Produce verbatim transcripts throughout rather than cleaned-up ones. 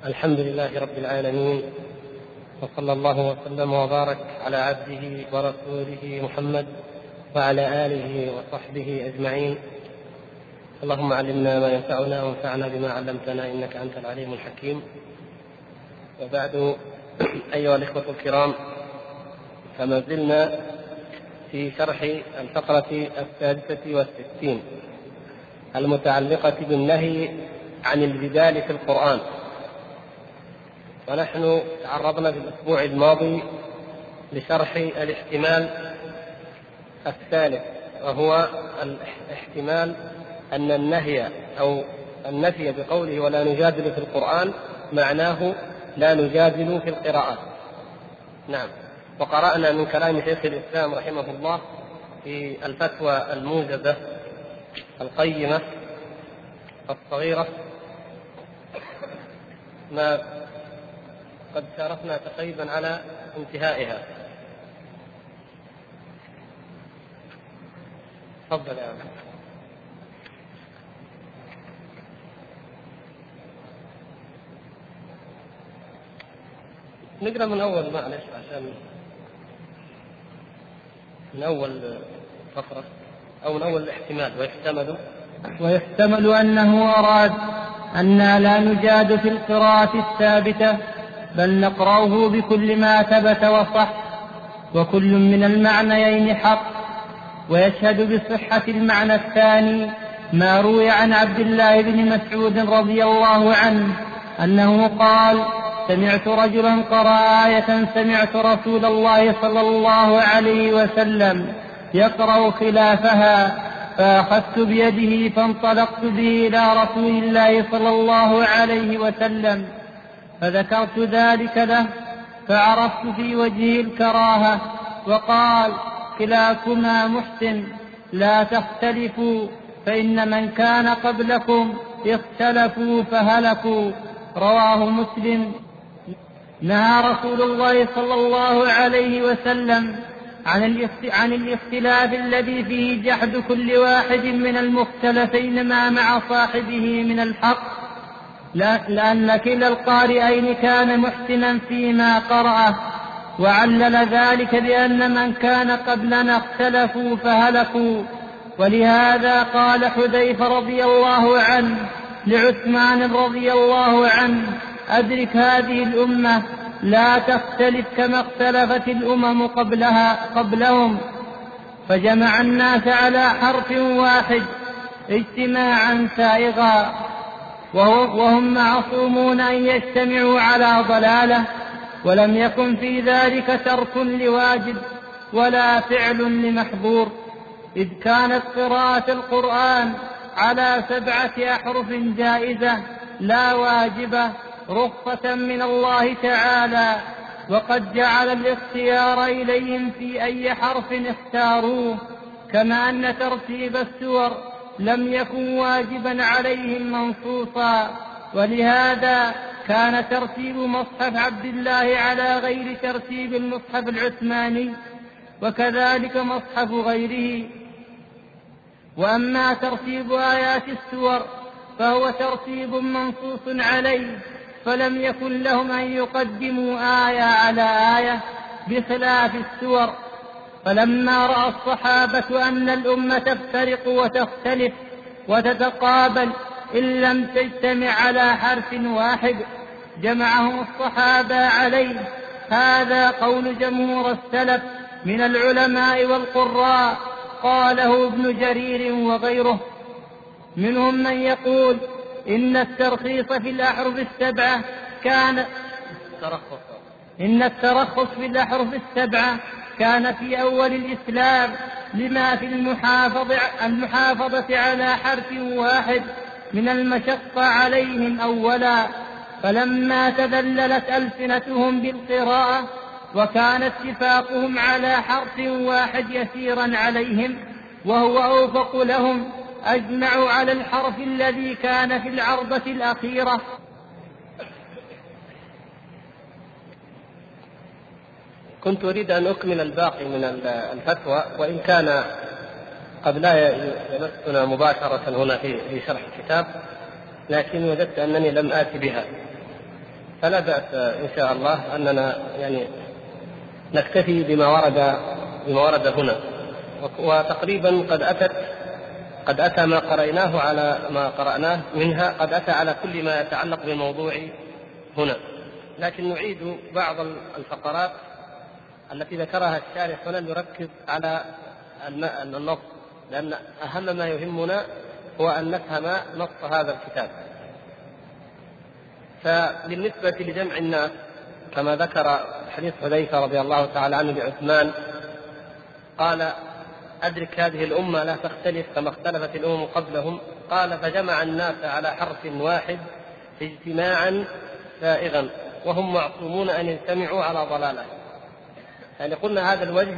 الحمد لله رب العالمين، وصلى الله وسلم وبارك على عبده ورسوله محمد وعلى آله وصحبه أجمعين. اللهم علمنا ما ينفعنا وانفعنا بما علمتنا إنك أنت العليم الحكيم. وبعد، أيها الإخوة الكرام، فما زلنا في شرح الفقرة السادسة والستين المتعلقة بالنهي عن الجدال في القرآن. ونحن تعرضنا في الأسبوع الماضي لشرح الاحتمال الثالث، وهو الاحتمال أن النهي أو النفي بقوله ولا نجادل في القرآن معناه لا نجادل في القراءات. نعم، وقرأنا من كلام شيخ الإسلام رحمه الله في الفتوى الموجزة القيمة الصغيرة ما قد شاركنا تقريبا على انتهائها. تفضل يا عم. نقرأ من أول، معلش، عشان من أول فقرة أو من أول الاحتمال. ويحتمل ويحتمل أنه أراد أن لا نجاد في القراءة الثابتة، بل نقرأه بكل ما ثبت وصح، وكل من المعنيين حق. ويشهد بصحة المعنى الثاني ما روي عن عبد الله بن مسعود رضي الله عنه أنه قال: سمعت رجلا قرأ آية سمعت رسول الله صلى الله عليه وسلم يقرأ خلافها، فأخذت بيده فانطلقت به إلى رسول الله صلى الله عليه وسلم، فذكرت ذلك له، فعرفت في وجهه الكراهة، وقال: كلاكما محسن، لا تختلفوا، فإن من كان قبلكم اختلفوا فهلكوا. رواه مسلم. نهى رسول الله صلى الله عليه وسلم عن الاختلاف الذي فيه جحد كل واحد من المختلفين ما مع صاحبه من الحق، لأن كلا القارئين كان محسنا فيما قرأه، وعلل ذلك بأن من كان قبلنا اختلفوا فهلكوا. ولهذا قال حذيفة رضي الله عنه لعثمان رضي الله عنه: أدرك هذه الأمة، لا تختلف كما اختلفت الأمم قبلها قبلهم. فجمع الناس على حرف واحد اجتماعا سائغا، وهم معصومون أن يجتمعوا على ضلالة، ولم يكن في ذلك ترك لواجب ولا فعل لمحظور، إذ كانت قراءة القرآن على سبعة أحرف جائزة لا واجبة، رخصة من الله تعالى، وقد جعل الاختيار إليهم في أي حرف اختاروه، كما أن ترتيب السور لم يكن واجبا عليهم منصوصا. ولهذا كان ترتيب مصحف عبد الله على غير ترتيب المصحف العثماني، وكذلك مصحف غيره. وأما ترتيب آيات السور فهو ترتيب منصوص عليه، فلم يكن لهم أن يقدموا آية على آية بخلاف السور. فلما رأى الصحابة أن الأمة تفترق وتختلف وتتقابل إن لم تجتمع على حرف واحد، جمعهم الصحابة عليه. هذا قول جمهور السلف من العلماء والقراء، قاله ابن جرير وغيره. منهم من يقول إن الترخيص في الأحرف السبعة كان إن الترخص في الأحرف السبعة كان في أول الإسلام لما في المحافظة, المحافظة على حرف واحد من المشقة عليهم أولا، فلما تذللت ألسنتهم بالقراءة وكان اتفاقهم على حرف واحد يسيرا عليهم وهو أوفق لهم، أجمعوا على الحرف الذي كان في العرضة الأخيرة. كنت أريد أن أكمل الباقي من الفتوى، وإن كان قد لا يمسنا مباشرة هنا في شرح الكتاب، لكن وجدت أنني لم آت بها. فلا بأس إن شاء الله أننا يعني نكتفي بما ورد بما ورد هنا، وتقريبا قد أتت قد أتى ما قرأناه على ما قرأناه منها، قد أتى على كل ما يتعلق بالموضوع هنا، لكن نعيد بعض الفقرات التي ذكرها الشارح هنا نركز على النص، لأن أهم ما يهمنا هو أن نفهم نص هذا الكتاب. فبالنسبة لجمع الناس كما ذكر حديث حذيفة رضي الله تعالى عنه لعثمان قال: أدرك هذه الأمة لا تختلف كما اختلفت الأمم قبلهم. قال: فجمع الناس على حرف واحد اجتماعا سائغا وهم معصومون أن يجتمعوا على ضلالة. يعني قلنا هذا الوجه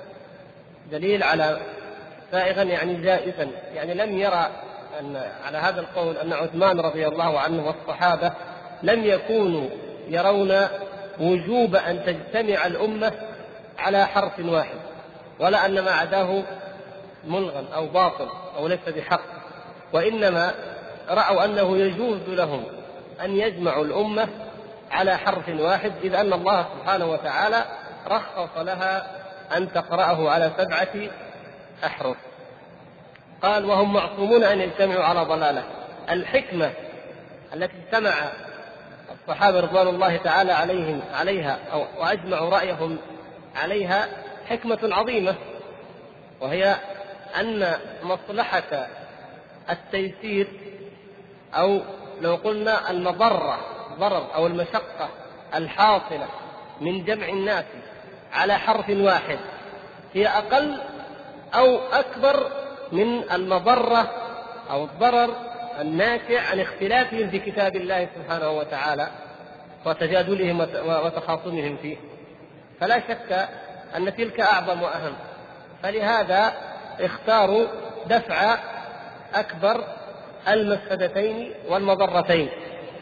دليل على سائغا يعني جائزا، يعني لم يرى أن على هذا القول أن عثمان رضي الله عنه والصحابة لم يكونوا يرون وجوب أن تجتمع الأمة على حرف واحد، ولا أن ما عداه ملغى أو باطل أو ليس بحق، وإنما رأوا أنه يجوز لهم أن يجمعوا الأمة على حرف واحد، إذ أن الله سبحانه وتعالى رخص لها أن تقرأه على سبعة أحرف. قال: وهم معصومون أن يجتمعوا على ضلالة. الحكمة التي اجتمع الصحابة رضوان الله تعالى عليهم عليها أو وأجمعوا رأيهم عليها حكمة عظيمة، وهي أن مصلحة التيسير أو لو قلنا المضرة ضرر أو المشقة الحاصلة من جمع الناس على حرف واحد هي أقل أو أكبر من المضرة أو الضرر الناتج عن اختلافهم في كتاب الله سبحانه وتعالى وتجادلهم وتخاصمهم فيه. فلا شك أن تلك أعظم وأهم، فلهذا اختاروا دفع أكبر المفسدتين والمضرتين،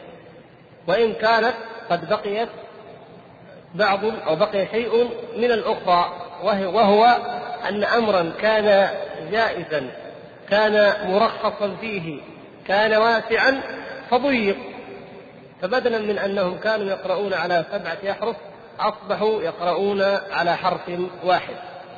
وإن كانت قد بقيت بعض أو بقي شيء من الأخرى، وهو أن أمرا كان جائزا كان مرخصا فيه كان واسعا فضيق، فبدلا من أنهم كانوا يقرؤون على سبعة أحرف أصبحوا يقرؤون على حرف واحد.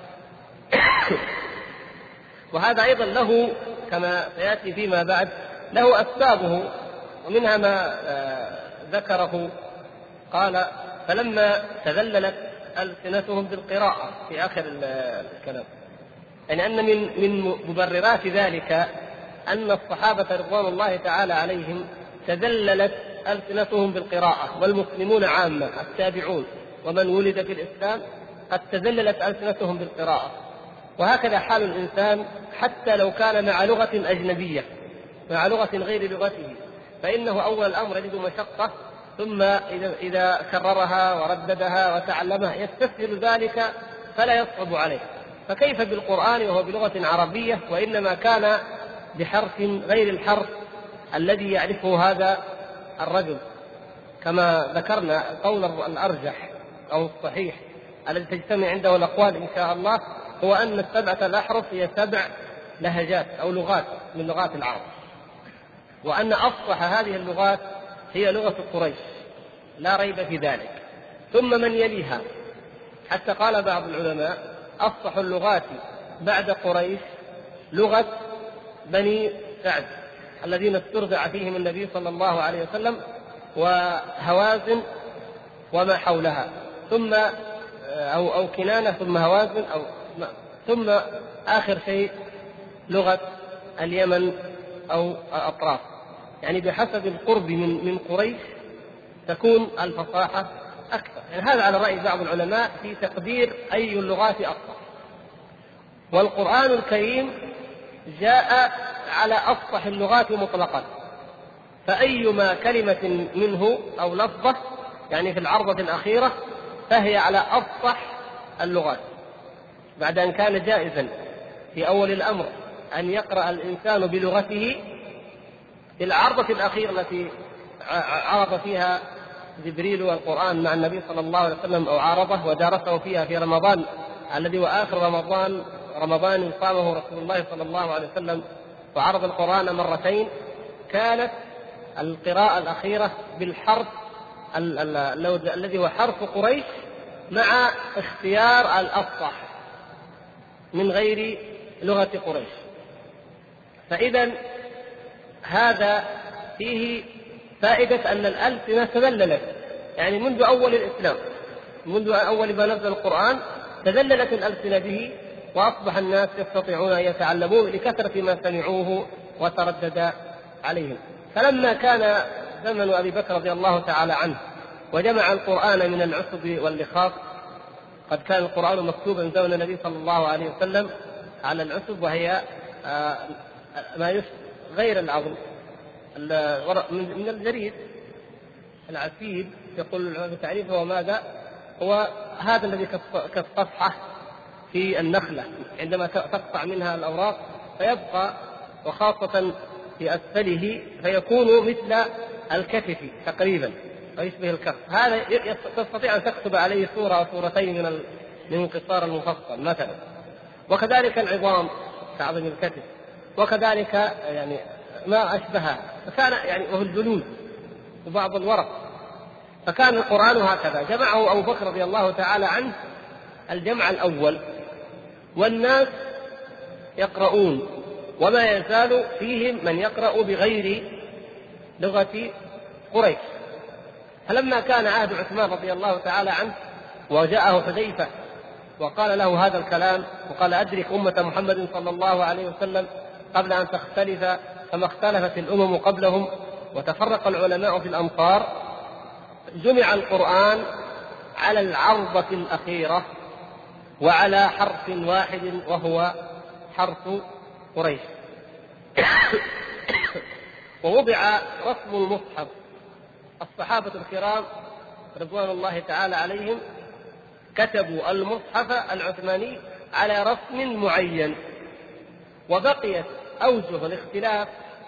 وهذا أيضا له كما سيأتي فيما بعد له أسبابه، ومنها ما ذكره قال: فلما تذللت ألسنتهم بالقراءة في آخر الكلام، يعني أن من من مبررات ذلك أن الصحابة رضوان الله تعالى عليهم تذللت ألسنتهم بالقراءة، والمسلمون عامة التابعون ومن ولد في الإسلام قد تذللت ألسنتهم بالقراءة. وهكذا حال الإنسان حتى لو كان مع لغة أجنبية مع لغة غير لغته، فإنه أول الأمر يجد مشقة، ثم إذا إذا كررها ورددها وتعلمها يستسهل ذلك فلا يصعب عليه. فكيف بالقرآن وهو بلغة عربية وإنما كان بحرف غير الحرف الذي يعرفه هذا الرجل؟ كما ذكرنا القول الأرجح أو الصحيح الذي تجتمع عنده الأقوال إن شاء الله هو أن السبعة الأحرف هي سبع لهجات أو لغات من لغات العرب، وأن أفصح هذه اللغات هي لغة قريش لا ريب في ذلك، ثم من يليها، حتى قال بعض العلماء أفصح اللغات بعد قريش لغة بني سعد الذين استرضع فيهم النبي صلى الله عليه وسلم وهوازن وما حولها، ثم أو أو كنانة ثم هوازن أو ثم آخر شيء لغة اليمن أو الأطراف، يعني بحسب القرب من من قريش تكون الفصاحة أكثر. يعني هذا على رأي بعض العلماء في تقدير أي اللغات أفصح. والقرآن الكريم جاء على أفصح اللغات مطلقا، فأيما كلمة منه أو لفظة يعني في العرضة الأخيرة فهي على أفصح اللغات، بعد أن كان جائزا في أول الأمر أن يقرأ الإنسان بلغته. في العرضة الأخيرة التي عرض فيها جبريل والقرآن مع النبي صلى الله عليه وسلم أو عارضه ودارسه فيها في رمضان الذي هو آخر رمضان رمضان صامه رسول الله صلى الله عليه وسلم وعرض القرآن مرتين، كانت القراءة الأخيرة بالحرف الذي هو حرف قريش مع اختيار الأفصح من غير لغة قريش. فإذا هذا فيه فائدة أن الألسنة تذللت، يعني منذ أول الإسلام، منذ أول ما نزل القرآن تذللت الألسنة به، وأصبح الناس يستطيعون أن يتعلموه لكثرة ما سمعوه وتردد عليهم. فلما كان زمن أبي بكر رضي الله تعالى عنه وجمع القرآن من العصب واللخاص، قد كان القرآن مكتوبا زمن النبي صلى الله عليه وسلم على العصب، وهي ما يشبه غير العظم من الجريد العسيب، يقول العلماء تعريفه وماذا هو هذا الذي كالصفحة في النخلة عندما تقطع منها الأوراق فيبقى، وخاصة في أسفله فيكون مثل الكتف تقريبا ويشبه الكف. هذا تستطيع أن تكتب عليه صورة أو صورتين من من قصار المفصل مثلا. وكذلك العظام كعظم الكتف، وكذلك يعني ما أشبهها، فكان يعني وهو الجلود وبعض الورق. فكان القرآن هكذا جمعه أبو بكر رضي الله تعالى عنه الجمع الأول، والناس يقرؤون، وما يزال فيهم من يقرأ بغير لغة قريش. فلما كان عهد عثمان رضي الله تعالى عنه وجاءه حذيفة وقال له هذا الكلام وقال أدرك أمة محمد صلى الله عليه وسلم قبل أن تختلف كما اختلفت الأمم قبلهم وتفرق العلماء في الأمصار، جمع القرآن على العرضة الأخيرة وعلى حرف واحد وهو حرف قريش. ووضع رسم المصحف. الصحابة الكرام رضوان الله تعالى عليهم كتبوا المصحف العثماني على رسم معين، وبقيت أوجه الاختلاف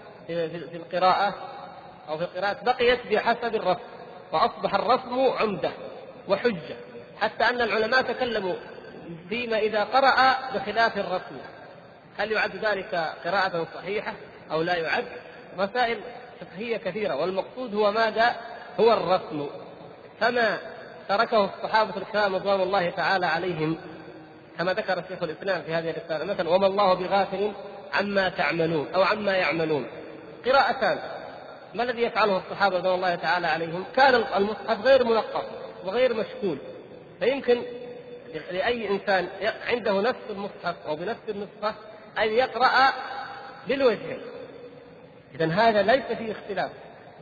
في القراءة أو في القراءة بقيت بحسب الرسم، وأصبح الرسم عمدة وحجة، حتى أن العلماء تكلموا فيما إذا قرأ بخلاف الرسم هل يعد ذلك قراءة صحيحة أو لا يعد. مسائل فقهية كثيرة، والمقصود هو ماذا؟ هو الرسم. فما تركه الصحابة الكرام رضوان الله تعالى عليهم كما ذكر شيخ الإسلام في هذه الرسالة مثلا: وما الله بغافل عما تعملون أو عما يعملون، قراءتان. ما الذي يفعله الصحابة رضوان الله تعالى عليهم؟ كان المصحف غير منقط وغير مشكول، فيمكن لأي إنسان عنده نفس المصحف أو بنفس النسخة أن يقرأ بالوجهين. إذن هذا ليس فيه اختلاف،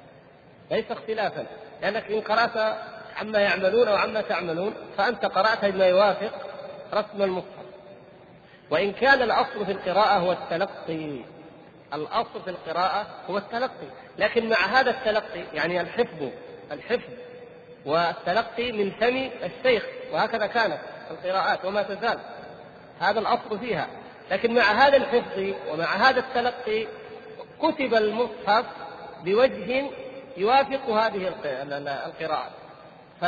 ليس اختلافا، لأنك إن قرأت عما يعملون أو عما تعملون فأنت قرأت بما يوافق رسم المصحف. وإن كان الأصل في القراءة هو التلقي، الأصل في القراءة هو التلقي، لكن مع هذا التلقي يعني الحفظ الحفظ والتلقي من فم الشيخ، وهكذا كانت القراءات وما تزال هذا الأصل فيها. لكن مع هذا الحفظ ومع هذا التلقي كتب المصحف بوجه يوافق هذه القراءات. ف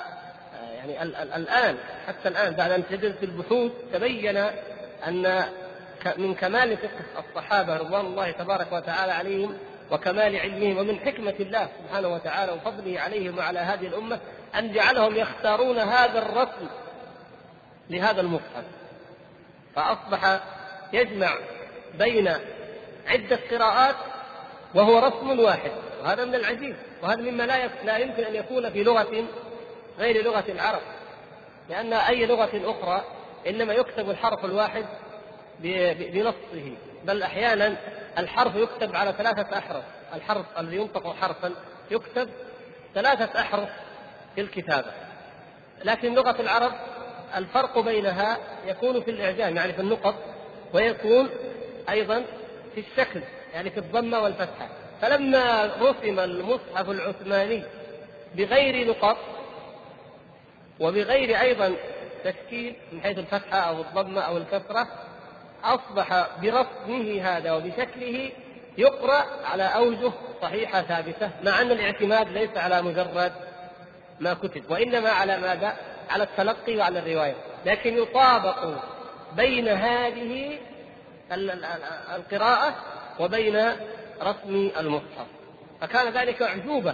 يعني الآن حتى الآن بعد أن تجدت البحوث تبين أن من كمال فقه الصحابة رضوان الله تبارك وتعالى عليهم وكمال علمهم ومن حكمة الله سبحانه وتعالى وفضله عليهم وعلى هذه الأمة أن جعلهم يختارون هذا الرسم لهذا المصحف، فأصبح يجمع بين عدة قراءات وهو رسم واحد. وهذا من العجيب، وهذا مما لا يمكن أن يكون في لغة غير لغة العرب، لأن أي لغة أخرى إنما يكتب الحرف الواحد بنصه، بل أحيانا الحرف يكتب على ثلاثة أحرف، الحرف الذي ينطق حرفا يكتب ثلاثة أحرف في الكتابة. لكن لغة العرب الفرق بينها يكون في الإعجام يعني في النقط، ويكون أيضا في الشكل يعني في الضمة والفتحة. فلما رسم المصحف العثماني بغير نقط وبغير أيضا تشكيل من حيث الفتحة أو الضمة أو الكسرة، أصبح برسمه هذا وبشكله يقرأ على أوجه صحيحة ثابتة، مع أن الاعتماد ليس على مجرد ما كتب وإنما على ماذا؟ على التلقي وعلى الرواية. لكن يطابق بين هذه القراءة وبين رسم المصحف، فكان ذلك أعجوبة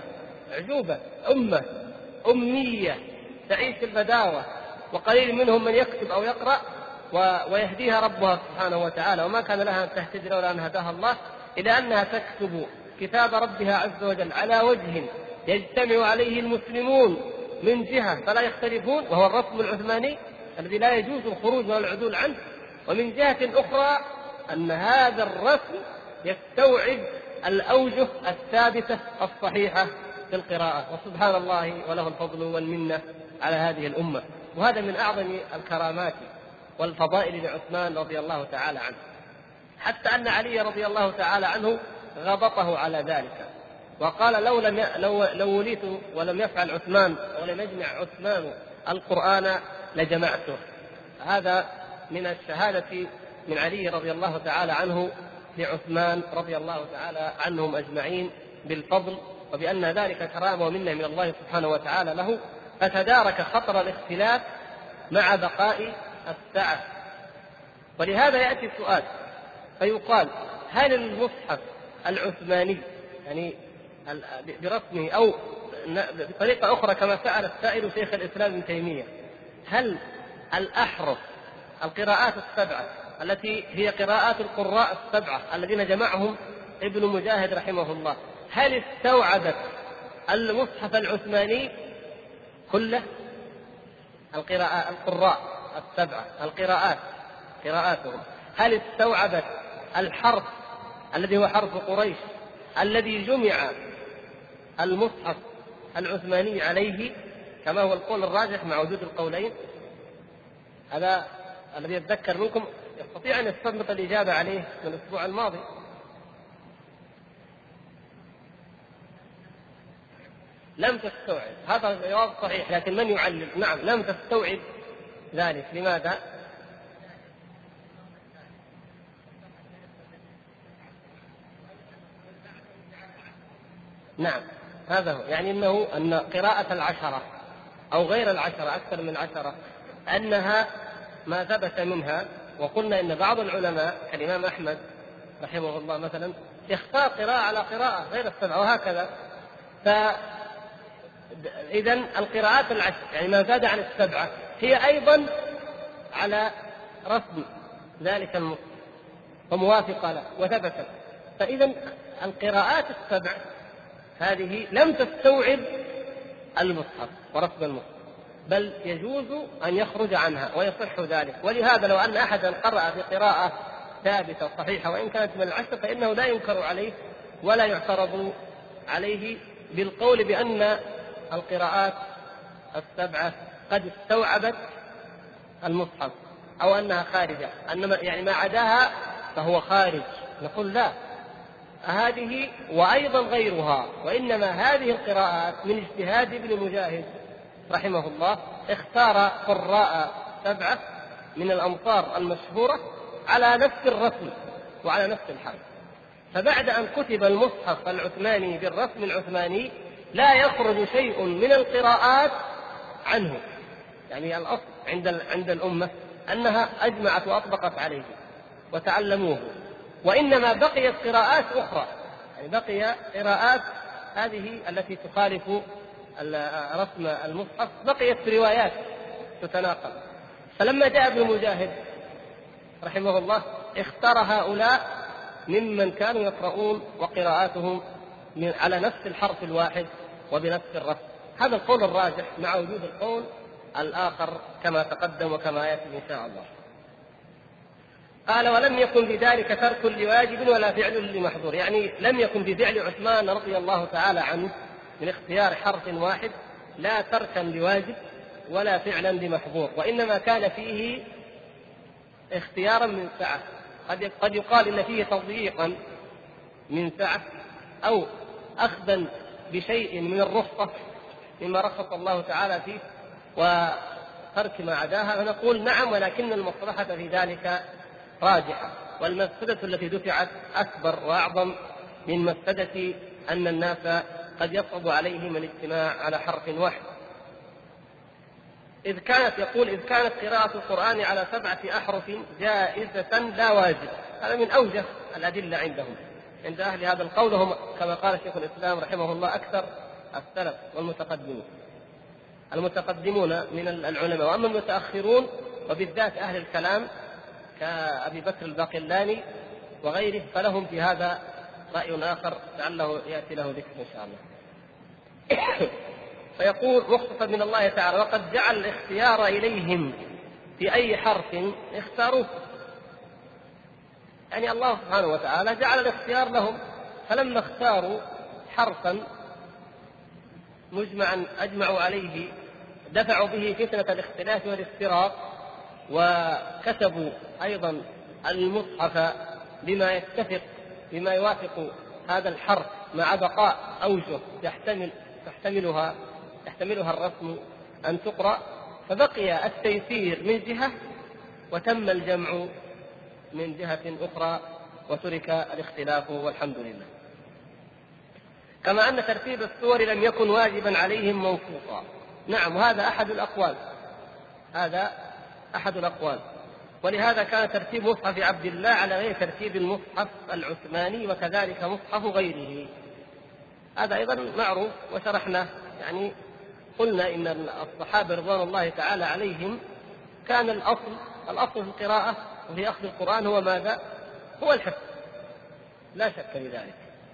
عجوبة، أمة أمية تعيش في البداوة، وقليل منهم من يكتب أو يقرأ ويهديها ربها سبحانه وتعالى، وما كان لها أن تهتدي لولا أن هداها الله، إلى أنها تكتب كتاب ربها عز وجل على وجه يجتمع عليه المسلمون من جهة فلا يختلفون، وهو الرسم العثماني الذي لا يجوز الخروج ولا العدول عنه، ومن جهة أخرى أن هذا الرسم يستوعب الأوجه الثابتة الصحيحة في القراءة. وسبحان الله وله الفضل والمنة على هذه الأمة. وهذا من أعظم الكرامات والفضائل لعثمان رضي الله تعالى عنه، حتى أن علي رضي الله تعالى عنه غبطه على ذلك وقال لو لم لو لو وليت ولم يفعل عثمان ولم يجمع عثمان القرآن لجمعته. هذا من الشهادة من علي رضي الله تعالى عنه لعثمان رضي الله تعالى عنهم أجمعين بالفضل، وبأن ذلك كرامة ومنة من الله سبحانه وتعالى له، فتدارك خطر الاختلاف مع بقاء السعة. ولهذا يأتي السؤال فيقال: هل المصحف العثماني يعني برسمه أو بطريقة أخرى كما فعل السائل شيخ الإسلام ابن تيمية، هل الأحرف القراءات السبعة التي هي قراءات القراء السبعة الذين جمعهم ابن مجاهد رحمه الله، هل استوعبت المصحف العثماني كله؟ القراءات القراء السبعة القراءات قراءاتهم هل استوعبت الحرف الذي هو حرف قريش الذي جمع المصحف العثماني عليه كما هو القول الراجح مع وجود القولين؟ هذا الذي يتذكر منكم يستطيع أن يستنبط الإجابة عليه من الأسبوع الماضي. لم تستوعب، هذا جواب صحيح، لكن من يعلل؟ نعم لم تستوعب ذلك. لماذا؟ نعم هذا هو، يعني أنه أن قراءة العشرة أو غير العشرة أكثر من عشرة أنها ما ثبت منها. وقلنا إن بعض العلماء كالإمام أحمد رحمه الله مثلا يختار قراءة على قراءة غير السبعة وهكذا. فإذن القراءات العشر يعني ما زاد عن السبعة هي أيضا على رسم ذلك المصحف وموافقة له وثبتت. فإذن القراءات السبع هذه لم تستوعب المصحف ورسم المصحف، بل يجوز أن يخرج عنها ويصح ذلك. ولهذا لو أن أحدا قرأ بقراءة ثابتة صحيحة وإن كانت من العشر فإنه لا ينكر عليه ولا يعترض عليه بالقول بأن القراءات السبعة قد استوعبت المصحف أو أنها خارجة، أنما يعني ما عداها فهو خارج. نقول لا، هذه وأيضا غيرها، وإنما هذه القراءات من اجتهاد ابن مجاهد رحمه الله، اختار قراء سبعة من الأمصار المشهورة على نفس الرسم وعلى نفس الحرف. فبعد أن كتب المصحف العثماني بالرسم العثماني لا يخرج شيء من القراءات عنه، يعني الأصل عند عند الأمة أنها أجمعت وأطبقت عليه وتعلموه، وإنما بقيت قراءات أخرى، يعني بقي قراءات هذه التي تخالف رسم المصحف بقيت روايات تتناقض. فلما جاء ابن مجاهد رحمه الله اختار هؤلاء ممن كانوا يقرؤون وقراءاتهم من على نفس الحرف الواحد وبنفس الرسم. هذا القول الراجح مع وجود القول الآخر كما تقدم وكما يأتي إن شاء الله. قال: ولم يكن بذلك ترك لواجب ولا فعل لمحظور، يعني لم يكن بفعل عثمان رضي الله تعالى عنه من اختيار حرف واحد لا تركا لواجب ولا فعلا لمحظور، وإنما كان فيه اختيارا من سعة. قد قد يقال إن فيه تضييقا من سعة أو أخذا بشيء من الرخصة مما رخص الله تعالى فيه وترك ما عداها، فنقول نعم، ولكن المصلحة في ذلك راجحة، والمفسدة التي دفعت أكبر وأعظم من مفسدة أن الناس قد يصعب عليهم الاجتماع على حرف واحد. إذ كانت يقول إذ كانت قراءة القرآن على سبعة أحرف جائزة لا واجب. هذا من أوجه الأدلة عندهم عند أهل هذا القول، هم كما قال شيخ الإسلام رحمه الله أكثر السلف والمتقدمون المتقدمون من العلماء. وأما المتأخرون وبالذات أهل الكلام كأبي بكر الباقلاني وغيره فلهم في هذا رأي آخر لعله يأتي له ذكر إن شاء الله. فيقول مختصر من الله تعالى: وقد جعل الاختيار إليهم في أي حرف اختاروه. يعني الله سبحانه وتعالى جعل الاختيار لهم، فلما اختاروا حرفا مجمعا أجمعوا عليه دفعوا به فتنة الاختلاف والافتراق، وكتبوا أيضا المصحف بما يتفق بما يوافق هذا الحرف مع بقاء أوجه يحتمل تحتملها يحتملها الرسم أن تقرأ، فبقي التيسير من جهة وتم الجمع من جهة أخرى وترك الاختلاف والحمد لله. كما أن ترتيب السور لم يكن واجبا عليهم موثوقا. نعم، وهذا أحد الأقوال هذا أحد الأقوال ولهذا كان ترتيب مصحف عبد الله على غير ترتيب المصحف العثماني، وكذلك مصحف غيره. هذا أيضا معروف وشرحنا. يعني قلنا إن الصحابة رضوان الله تعالى عليهم كان الأصل الأصل في القراءة وفي أخذ القرآن هو ماذا؟ هو الحفظ، لا شك في ذلك.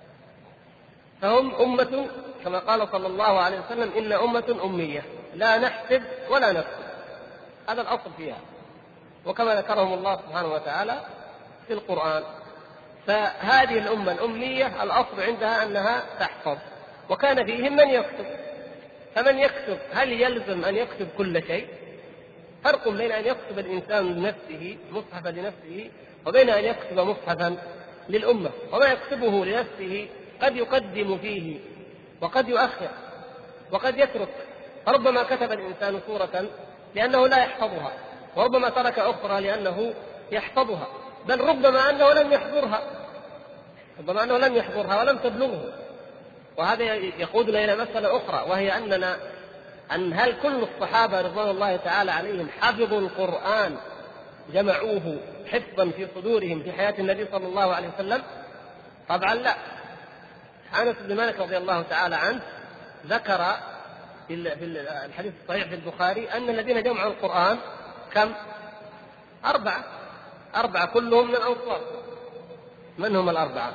فهم أمة كما قال صلى الله عليه وسلم: إن أمة أمية لا نحسب ولا نكتب. هذا الأصل فيها، وكما ذكرهم الله سبحانه وتعالى في القرآن. فهذه الأمة الأمية الأصل عندها أنها تحفظ، وكان فيهم من يكتب. فمن يكتب هل يلزم أن يكتب كل شيء؟ فرق بين أن يكتب الإنسان لنفسه مصحفا لنفسه وبين أن يكتب مصحفا للأمة. وما يكتبه لنفسه قد يقدم فيه وقد يؤخر وقد يترك. ربما كتب الإنسان سورة لأنه لا يحفظها، وربما ترك أخرى لأنه يحفظها، بل ربما أنه لم يحضرها ربما أنه لم يحضرها ولم تبلغه. وهذا يقودنا إلى مسألة أخرى، وهي أننا أن هل كل الصحابة رضوان الله تعالى عليهم حفظوا القرآن جمعوه حفظا في صدورهم في حياة النبي صلى الله عليه وسلم؟ طبعا لا. أنس بن مالك رضي الله تعالى عنه ذكر في الحديث الصحيح في البخاري أن الذين جمعوا القرآن كم؟ أربعة أربعة كلهم من الأنصار. من هم الأربعة؟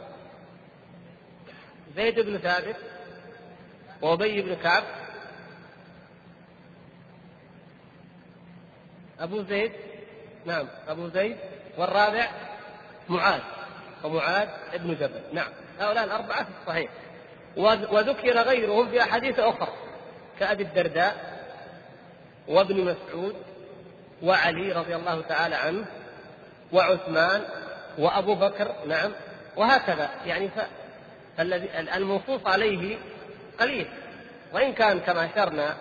زيد بن ثابت وأبي بن كعب أبو زيد نعم أبو زيد والرابع معاذ ومعاذ ابن جبل. نعم، هؤلاء الأربعة في الصحيح. وذكر غيرهم في أحاديث أخرى كأبي الدرداء وابن مسعود وعلي رضي الله تعالى عنه وعثمان وأبو بكر. نعم، وهكذا. يعني فالذي المنصوص عليه قليل، وإن كان كما أشرنا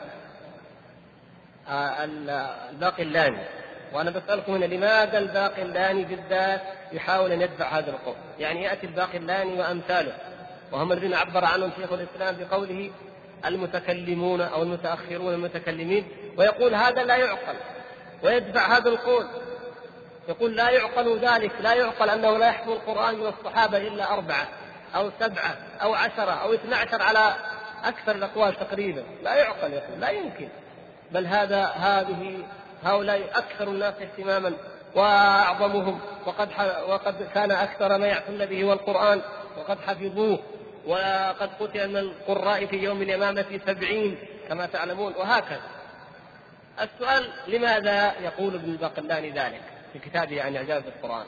الباقلاني. وأنا بسألكم هنا لماذا الباقلاني بالذات يحاول أن يدفع هذا القول؟ يعني يأتي الباقلاني وأمثاله وهم الذين عبر عنهم شيخ الإسلام بقوله المتكلمون أو المتأخرون المتكلمين، ويقول هذا لا يعقل، ويدفع هذا القول، يقول لا يعقل ذلك، لا يعقل أنه لا يحفظ القرآن من الصحابة إلا أربعة أو سبعة أو عشرة أو اثنى عشر على أكثر الأقوال تقريبا. لا يعقل، يقول لا يمكن، بل هذا هذه هؤلاء أكثر الناس اهتماما وأعظمهم، وقد وقد كان أكثر ما يعتن به هو القرآن، وقد حفظوه، وقد قتل من القراء في يوم اليمامة سبعين كما تعلمون، وهكذا. السؤال لماذا يقول ابن الباقلاني ذلك في كتابه عن إعجاز القرآن؟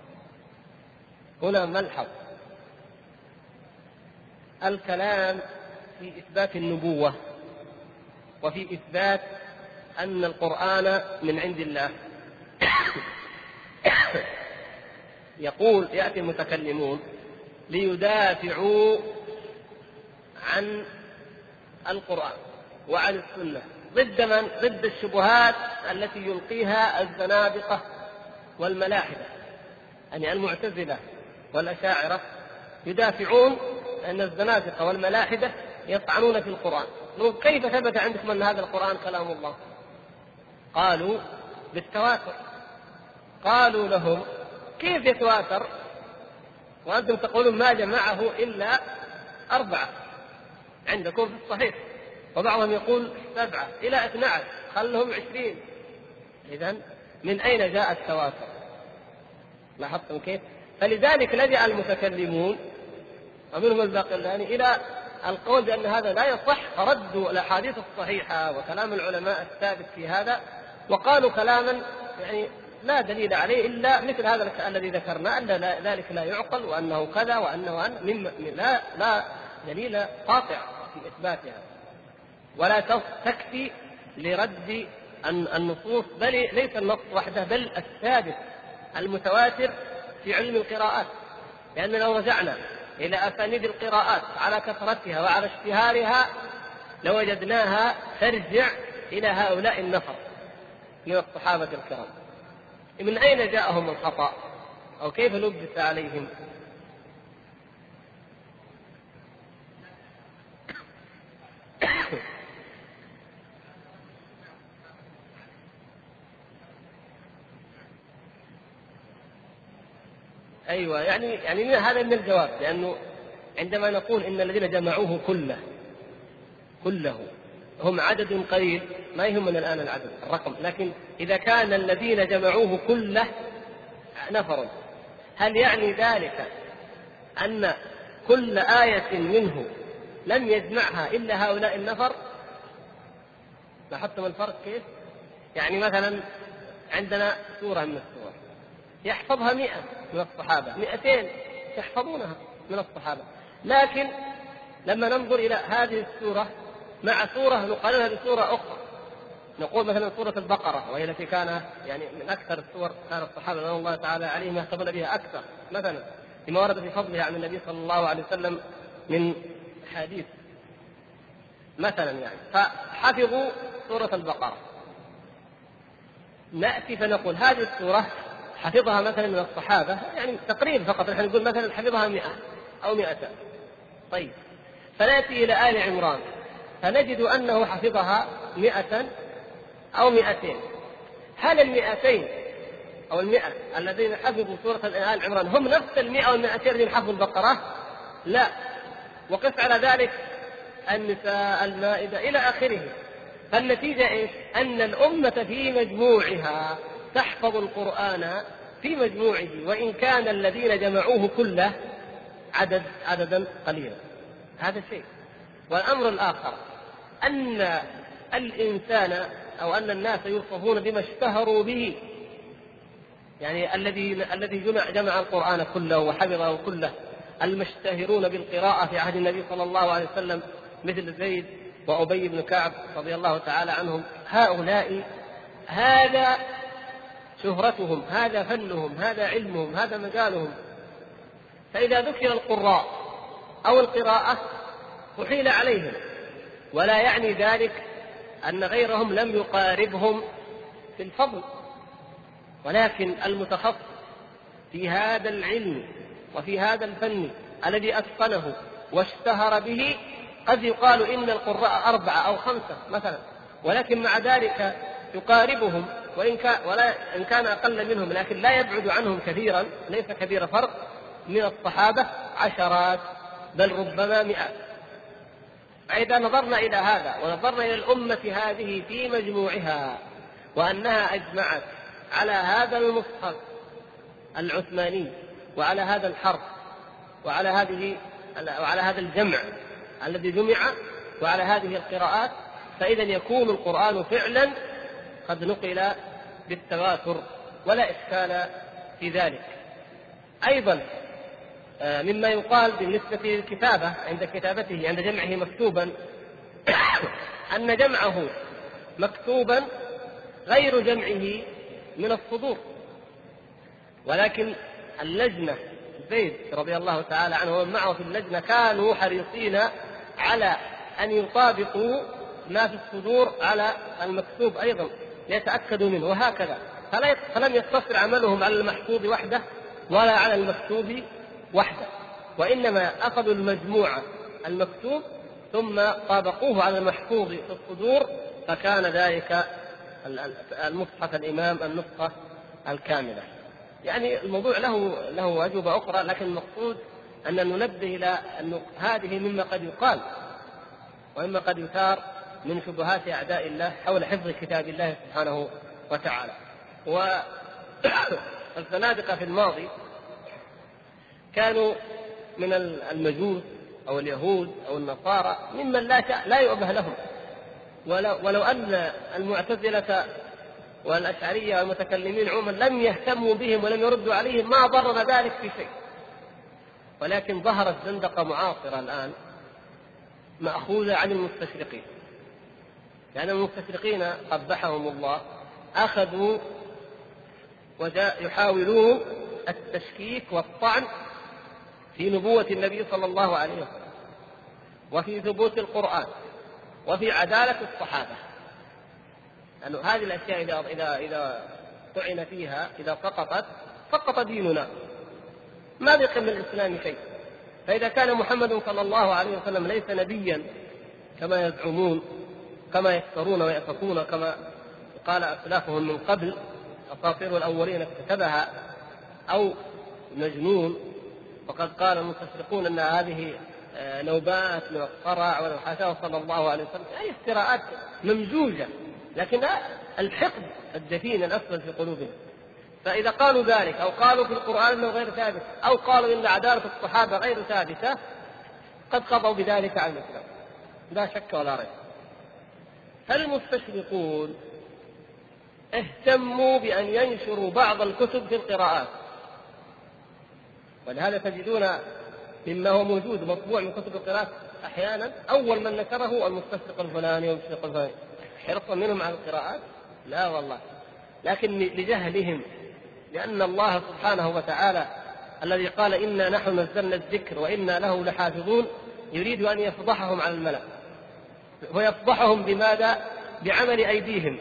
هنا ملحظ الكلام في إثبات النبوة وفي إثبات أن القرآن من عند الله. يقول يأتي المتكلمون ليدافعوا عن القرآن وعن السنة ضد من؟ ضد الشبهات التي يلقيها الزنادقة والملاحدة، يعني المعتزلة والأشاعرة. يدافعون أن الزنادقة والملاحدة يطعنون في القرآن. كيف ثبت عندكم أن هذا القرآن كلام الله؟ قالوا بالتواتر. قالوا لهم كيف يتواتر وأنتم تقولون ما جمعه إلا أربعة؟ عندكم في الصحيح، وبعضهم يقول سبعة إلى اثنى عشر، خلهم عشرين. إذن من أين جاء التواتر؟ لاحظتم كيف؟ فلذلك لجأ المتكلمون ومنهم الباقلاني إلى القول بأن هذا لا يصح، فردوا الأحاديث الصحيحة وكلام العلماء الثابت في هذا، وقالوا كلاما يعني لا دليل عليه إلا مثل هذا الذي ذكرنا، أن ذلك لا يعقل، وأنه كذا وأنه أن من لا لا دليل قاطع في إثباتها، ولا تكفي لرد النصوص، بل ليس النص وحده بل الثابت المتواتر في علم القراءات. لأن لو رجعنا إلى أسانيد القراءات على كثرتها وعلى اشتهارها لوجدناها ترجع إلى هؤلاء النفر من الصحابة الكرام. من أين جاءهم الخطأ أو كيف لبس عليهم؟ أيوة، يعني يعني هذا من الجواب، لأنه عندما نقول إن الذين جمعوه كله كله هم عدد قليل ما يهمنا الآن العدد الرقم، لكن إذا كان الذين جمعوه كله نفر، هل يعني ذلك أن كل آية منه لم يجمعها إلا هؤلاء النفر؟ لاحظتم الفرق كيف؟ يعني مثلا عندنا سورة من السور يحفظها مئة من الصحابة، مئتين يحفظونها من الصحابة، لكن لما ننظر إلى هذه السورة مع سورة نقارنها بسورة أخرى، نقول مثلا سورة البقرة وهي التي كان يعني من أكثر السور كان الصحابة رضي الله تعالى عليهم يحتفظون بها أكثر مثلا لما ورد في فضلها عن النبي صلى الله عليه وسلم من حديث مثلا، يعني فحفظوا سورة البقرة. نأتي فنقول هذه السورة حفظها مثلا من الصحابة يعني تقريبا فقط، نحن نقول مثلا حفظها مئة أو مئتان. طيب فنأتي إلى آل عمران فنجد أنه حفظها مئة أو مئتين. هل المئتين أو المئة الذين حفظوا سورة آل عمران هم نفس المئة والمئتين الذين حفظوا البقرة؟ لا. وقس على ذلك النساء، المائدة إلى آخره. فالنتيجة إيش؟ أن الأمة في مجموعها تحفظ القرآن في مجموعه، وإن كان الذين جمعوه كله عدد عددا قليلا. هذا شيء. والأمر الآخر أن الإنسان أو أن الناس يوصفون بما اشتهروا به، يعني الذي الذي جمع جمع القرآن كله وحفظه كله، المشتهرون بالقراءة في عهد النبي صلى الله عليه وسلم مثل زيد وأبي بن كعب رضي الله تعالى عنهم، هؤلاء هذا شهرتهم، هذا فنهم، هذا علمهم، هذا مجالهم. فإذا ذكر القراء أو القراءة أحيل عليهم، ولا يعني ذلك أن غيرهم لم يقاربهم في الفضل، ولكن المتخصص في هذا العلم وفي هذا الفن الذي أتقنه واشتهر به قد يقال إن القراء أربعة أو خمسة مثلا، ولكن مع ذلك يقاربهم وإن كان, ولا إن كان أقل منهم، لكن لا يبعد عنهم كثيرا، ليس كبير فرق من الصحابة عشرات بل ربما مئات. فإذا نظرنا إلى هذا ونظرنا إلى الأمة هذه في مجموعها وأنها أجمعت على هذا المصحف العثماني وعلى هذا الحرف وعلى هذه وعلى هذا الجمع الذي جمع وعلى هذه القراءات، فإذا يكون القرآن فعلا قد نقل بالتواتر ولا إشكال في ذلك. أيضا مما يقال بالنسبة للكتابة عند كتابته عند جمعه مكتوبا أن جمعه مكتوبا غير جمعه من الصدور، ولكن اللجنة زيد رضي الله تعالى عنه ومن معه في اللجنة كانوا حريصين على أن يطابقوا ما في الصدور على المكتوب أيضا ليتأكدوا منه، وهكذا. فلم يقتصر عملهم على المحفوظ وحده ولا على المكتوب وحده، وإنما أخذوا المجموعة المكتوب ثم طابقوه على المحفوظ في الصدور، فكان ذلك المصحف الإمام النسخة الكاملة. يعني الموضوع له له أجوبة أخرى، لكن المقصود أن ننبه إلى أن هذه مما قد يقال وإما قد يثار من شبهات أعداء الله حول حفظ كتاب الله سبحانه وتعالى. والزنادقة في الماضي كانوا من المجوس أو اليهود أو النصارى ممن لا لا يؤبه لهم، ولو, ولو أن المعتزلة والأشعرية والمتكلمين عموما لم يهتموا بهم ولم يردوا عليهم ما ضرنا ذلك في شيء. ولكن ظهرت زندقة معاصرة الآن مأخوذة عن المستشرقين، لأن المستشرقين قبحهم الله أخذوا ويحاولون التشكيك والطعن في نبوة النبي صلى الله عليه وسلم، وفي ثبوت القرآن، وفي عدالة الصحابة. لأن هذه الأشياء إذا إذا إذا طعن فيها، إذا سقطت سقط ديننا، ما بقي من الإسلام شيء. فإذا كان محمد صلى الله عليه وسلم ليس نبيا كما يزعمون، كما يفترون ويأفكون، كما قال أسلافهم من قبل أساطير الأولين اكتتبها، أو مجنون، وقد قال المستشرقون أن هذه نوبات من الصرع والحاشاه صلى الله عليه وسلم، أي افتراءات ممزوجة، لكن الحقد الدفين الأسود في قلوبهم. فإذا قالوا ذلك أو قالوا في القرآن أنه غير ثابت، أو قالوا إن عدالة الصحابة غير ثابتة، قد قضوا بذلك على الإسلام لا شك ولا ريب. فالمستشرقون اهتموا بأن ينشروا بعض الكتب في القراءات، ولهذا تجدون مما هو موجود مطبوع من كتب القراءات أحيانا أول من نشره المستشرق الفلاني والمستشرق الفلاني. حرصا منهم على القراءات؟ لا والله، لكن لجهلهم، لأن الله سبحانه وتعالى الذي قال إنا نحن نزلنا الذكر وإنا له لحافظون يريد أن يفضحهم على الملأ، ويفضحهم بماذا؟ بعمل أيديهم.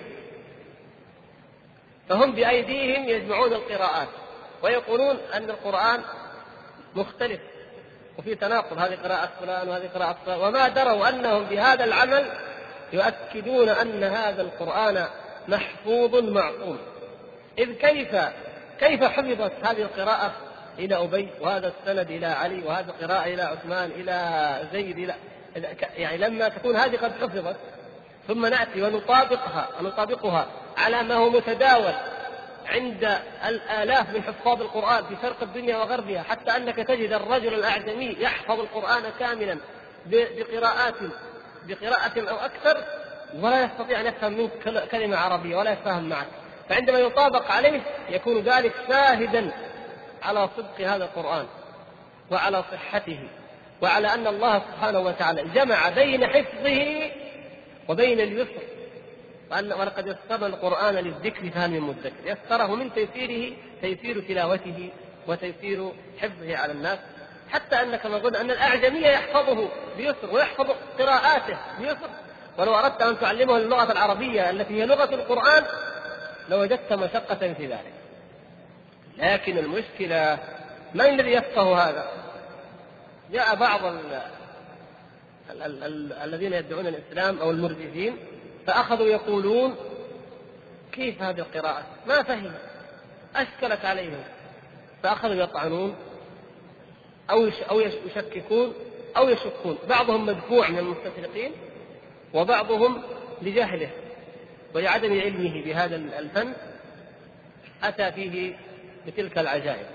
فهم بأيديهم يجمعون القراءات ويقولون أن القرآن مختلف وفي تناقض، هذه قراءة فلان وهذه قراءة فلان، وما دروا أنهم بهذا العمل يؤكدون أن هذا القرآن محفوظ معصوم. إذ كيف كيف حفظت هذه القراءة إلى أبي، وهذا السند إلى علي، وهذا القراءة إلى عثمان، إلى زيد، إلى يعني لما تكون هذه قد حفظت ثم نأتي ونطابقها ونطابقها على ما هو متداول عند الآلاف من حفاظ القرآن في شرق الدنيا وغربها، حتى أنك تجد الرجل الأعجمي يحفظ القرآن كاملا بقراءات بقراءة أو أكثر ولا يستطيع أن يفهم منك كلمة عربية ولا يفهم معك. فعندما يطابق عليه يكون ذلك شاهدا على صدق هذا القرآن وعلى صحته، وعلى أن الله سبحانه وتعالى جمع بين حفظه وبين اليسر، ولقد يسرنا القرآن للذكر فهل من مدكر. يسره من تيسيره تيسير تلاوته وتيسير حفظه على الناس، حتى أن كما قلنا أن الأعجمية يحفظه بيسر ويحفظ قراءاته بيسر. ولو أردت أن تعلمه اللغة العربية التي هي لغة القرآن لوجدت مشقة في ذلك. لكن المشكلة من الذي يفقه هذا؟ جاء بعض ال ال ال ال الذين يدعون الإسلام أو المرجفين فأخذوا يقولون كيف هذه القراءة ما فهم، أشكلت عليهم، فأخذوا يطعنون أو أو يشككون أو يشكون. بعضهم مدفوع من المستشرقين وبعضهم لجهله ولعدم علمه بهذا الفن أتى فيه بتلك العجائب.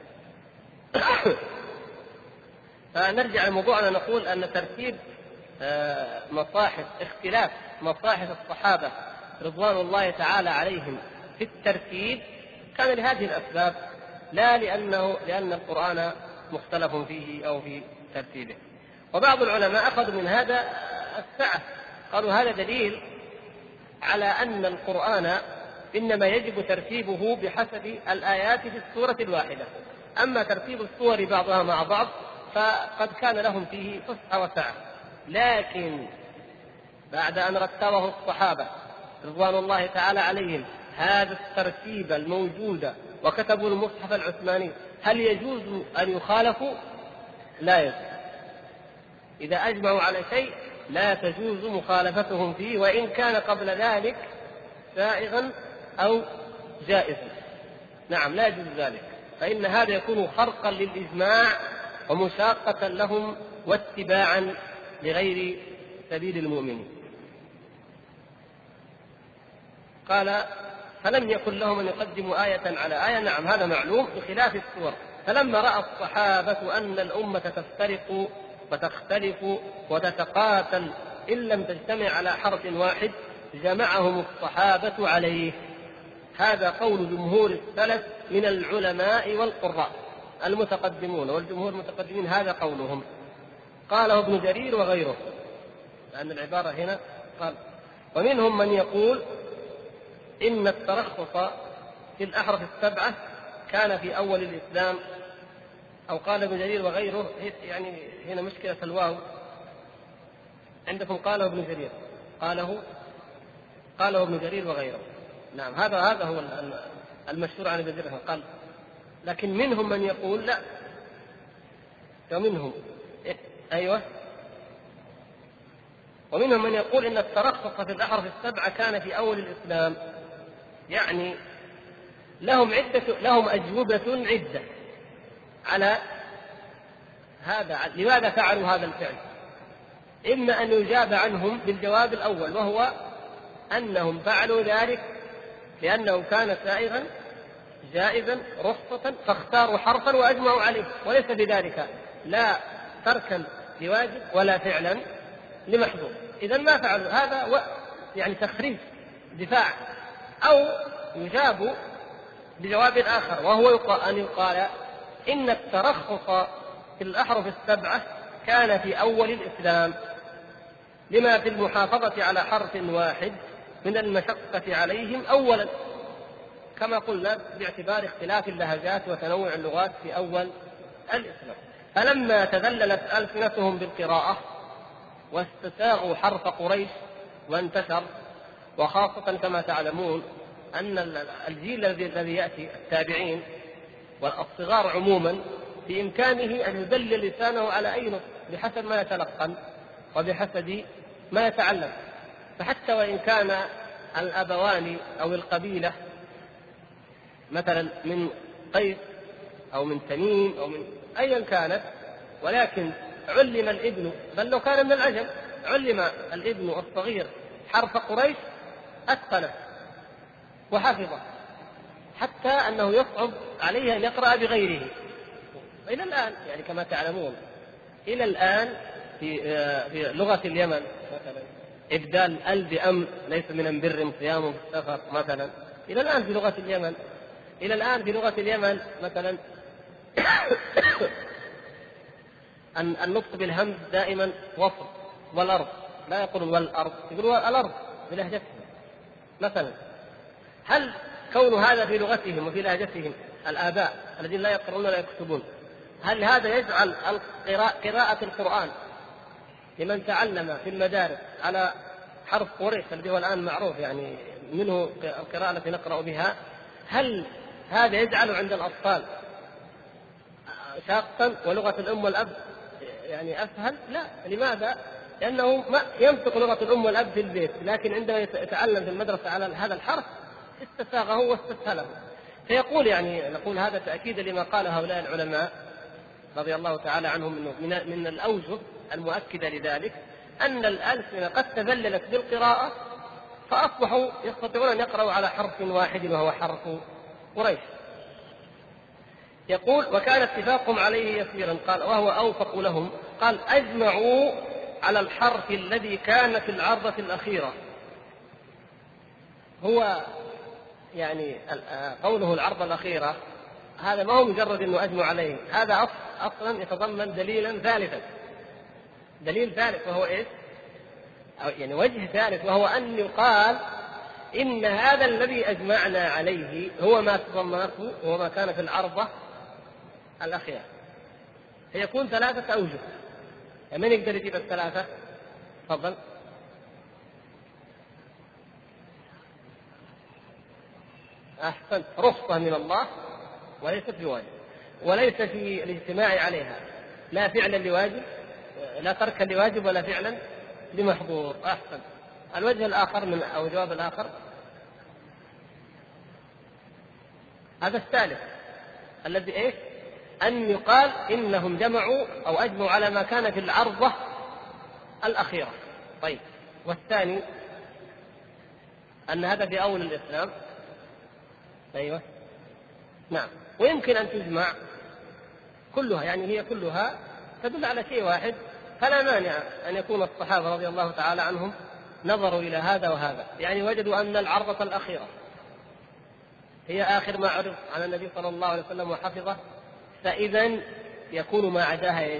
فنرجع لموضوعنا، نقول أن ترتيب مصاحف اختلاف مصاحف الصحابة رضوان الله تعالى عليهم في الترتيب كان لهذه الأسباب، لا لأنه لأن القرآن مختلف فيه أو في ترتيبه. وبعض العلماء أخذوا من هذا السعة، قالوا هذا دليل على أن القرآن إنما يجب ترتيبه بحسب الآيات في السورة الواحدة، أما ترتيب السور بعضها مع بعض فقد كان لهم فيه فسحة وسعة. لكن بعد أن رتبه الصحابة رضوان الله تعالى عليهم هذا الترتيب الموجود وكتبوا المصحف العثماني، هل يجوز أن يخالفوا؟ لا يجوز. إذا أجمعوا على شيء لا تجوز مخالفتهم فيه، وإن كان قبل ذلك سائغا أو جائزا. نعم لا يجوز ذلك، فإن هذا يكون خرقا للإجماع ومشاقة لهم واتباعا لغير سبيل المؤمنين. قال فلم يكن لهم أن يقدموا آية على آية. نعم هذا معلوم بخلاف السور. فلما رأى الصحابة أن الأمة تفترق وتختلف وتتقاتل إن لم تجتمع على حرف واحد جمعهم الصحابة عليه. هذا قول جمهور السلف من العلماء والقراء المتقدمون، والجمهور المتقدمين هذا قولهم. قاله ابن جرير وغيره، لأن العبارة هنا قال ومنهم من يقول إن الترخص في الأحرف السبعة كان في أول الإسلام، أو قال ابن جرير وغيره. يعني هنا مشكلة الواو عندكم، قاله ابن جرير، قاله قاله ابن جرير وغيره. نعم هذا هذا هو المشهور عن ابن جرير قال. لكن منهم من يقول لا، ومنهم أيوة ومنهم من يقول إن الترخص في الأحرف السبعة كان في أول الإسلام. يعني لهم عدة لهم أجوبة عدة على هذا، لماذا فعلوا هذا الفعل. إما أن يجاب عنهم بالجواب الأول، وهو أنهم فعلوا ذلك لأنه كان سائغا جائزا رخصة فاختاروا حرفا وأجمعوا عليه، وليس بذلك لا تركا لواجب ولا فعلا لمحظور. إذن ما فعلوا هذا و... يعني تخريف دفاع. أو يجاب بجواب آخر، وهو يقال أن يقال إن الترخص في الأحرف السبعة كان في أول الإسلام لما في المحافظة على حرف واحد من المشقة عليهم أولا، كما قلنا باعتبار اختلاف اللهجات وتنوع اللغات في أول الإسلام. فلما تذللت ألسنتهم بالقراءة واستساغوا حرف قريش وانتشر، وخاصة كما تعلمون أن الجيل الذي يأتي التابعين والصغار عموما في إمكانه أن يدلل لسانه على أي نص بحسب ما يتلقن وبحسب ما يتعلم. فحتى وإن كان الأبوان أو القبيلة مثلا من قيس أو من تميم أو من أيا كانت، ولكن علم الابن، بل لو كان من العجم علم الابن الصغير حرف قريش أتقنه وحفظه، حتى أنه يصعب عليه أن يقرأ بغيره. وإلى الآن يعني كما تعلمون إلى الآن في في لغة اليمن مثلا إبدال ال بأم ليس من بر صيام في السفر مثلا. إلى الآن في لغة اليمن إلى الآن في لغة اليمن مثلا أن النطق بالهمز دائما وصل، والأرض لا يقولون والأرض، يقولون الأرض بلهجتهم مثلا. هل كون هذا في لغتهم وفي لهجتهم الآباء الذين لا يقرؤون ولا يكتبون، هل هذا يجعل قراءة القرآن لمن تعلم في المدارس على حرف قريش الذي هو الآن معروف يعني منه القراءة التي نقرأ بها، هل هذا يجعل عند الأطفال شاقا ولغة الأم والأب يعني أسهل؟ لا. لماذا؟ لأنه ما ينطق لغة الأم والأب في البيت، لكن عندما يتعلم في المدرسة على هذا الحرف استساغه واستسهله. فيقول يعني نقول هذا تأكيد لما قال هؤلاء العلماء رضي الله تعالى عنهم من من الأوجه المؤكدة لذلك أن الألسنة قد تذللت بالقراءة فأصبحوا يستطيعون أن يقرأوا على حرف واحد وهو حرف قريش. يقول وكان اتفاقهم عليه يسيرا، قال وهو أوفق لهم، قال أجمعوا على الحرف الذي كان في العرضة الأخيرة. هو يعني قوله العرضة الأخيرة هذا ما هو مجرد أنه أجمع عليه، هذا أصلا يتضمن دليلا ثالثا، دليل ثالث وهو إيش؟ يعني وجه ثالث، وهو أن يقال إن هذا الذي أجمعنا عليه هو ما تضمنته وهو ما كان في العرضة الأخيرة. فيكون ثلاثة أوجه. من يقدر يجيب الثلاثة؟ تفضل. أحسنت. رخصة من الله وليست بواجب، وليس في الاجتماع عليها لا فعلا لواجب لا تركا لواجب ولا فعلا لمحظور. أحسن. الوجه الآخر من أو الجواب الآخر هذا الثالث الذي إيش؟ أن يقال إنهم جمعوا أو أجمعوا على ما كان في العرضة الأخيرة. طيب، والثاني أن هذا في أول الإسلام. أيوة نعم، ويمكن أن تجمع كلها، يعني هي كلها تدل على شيء واحد، فلا مانع أن يكون الصحابة رضي الله تعالى عنهم نظروا إلى هذا وهذا، يعني وجدوا أن العرضة الأخيرة هي آخر ما عرف عن النبي صلى الله عليه وسلم وحفظه، فإذا يكون ما عداها إيش؟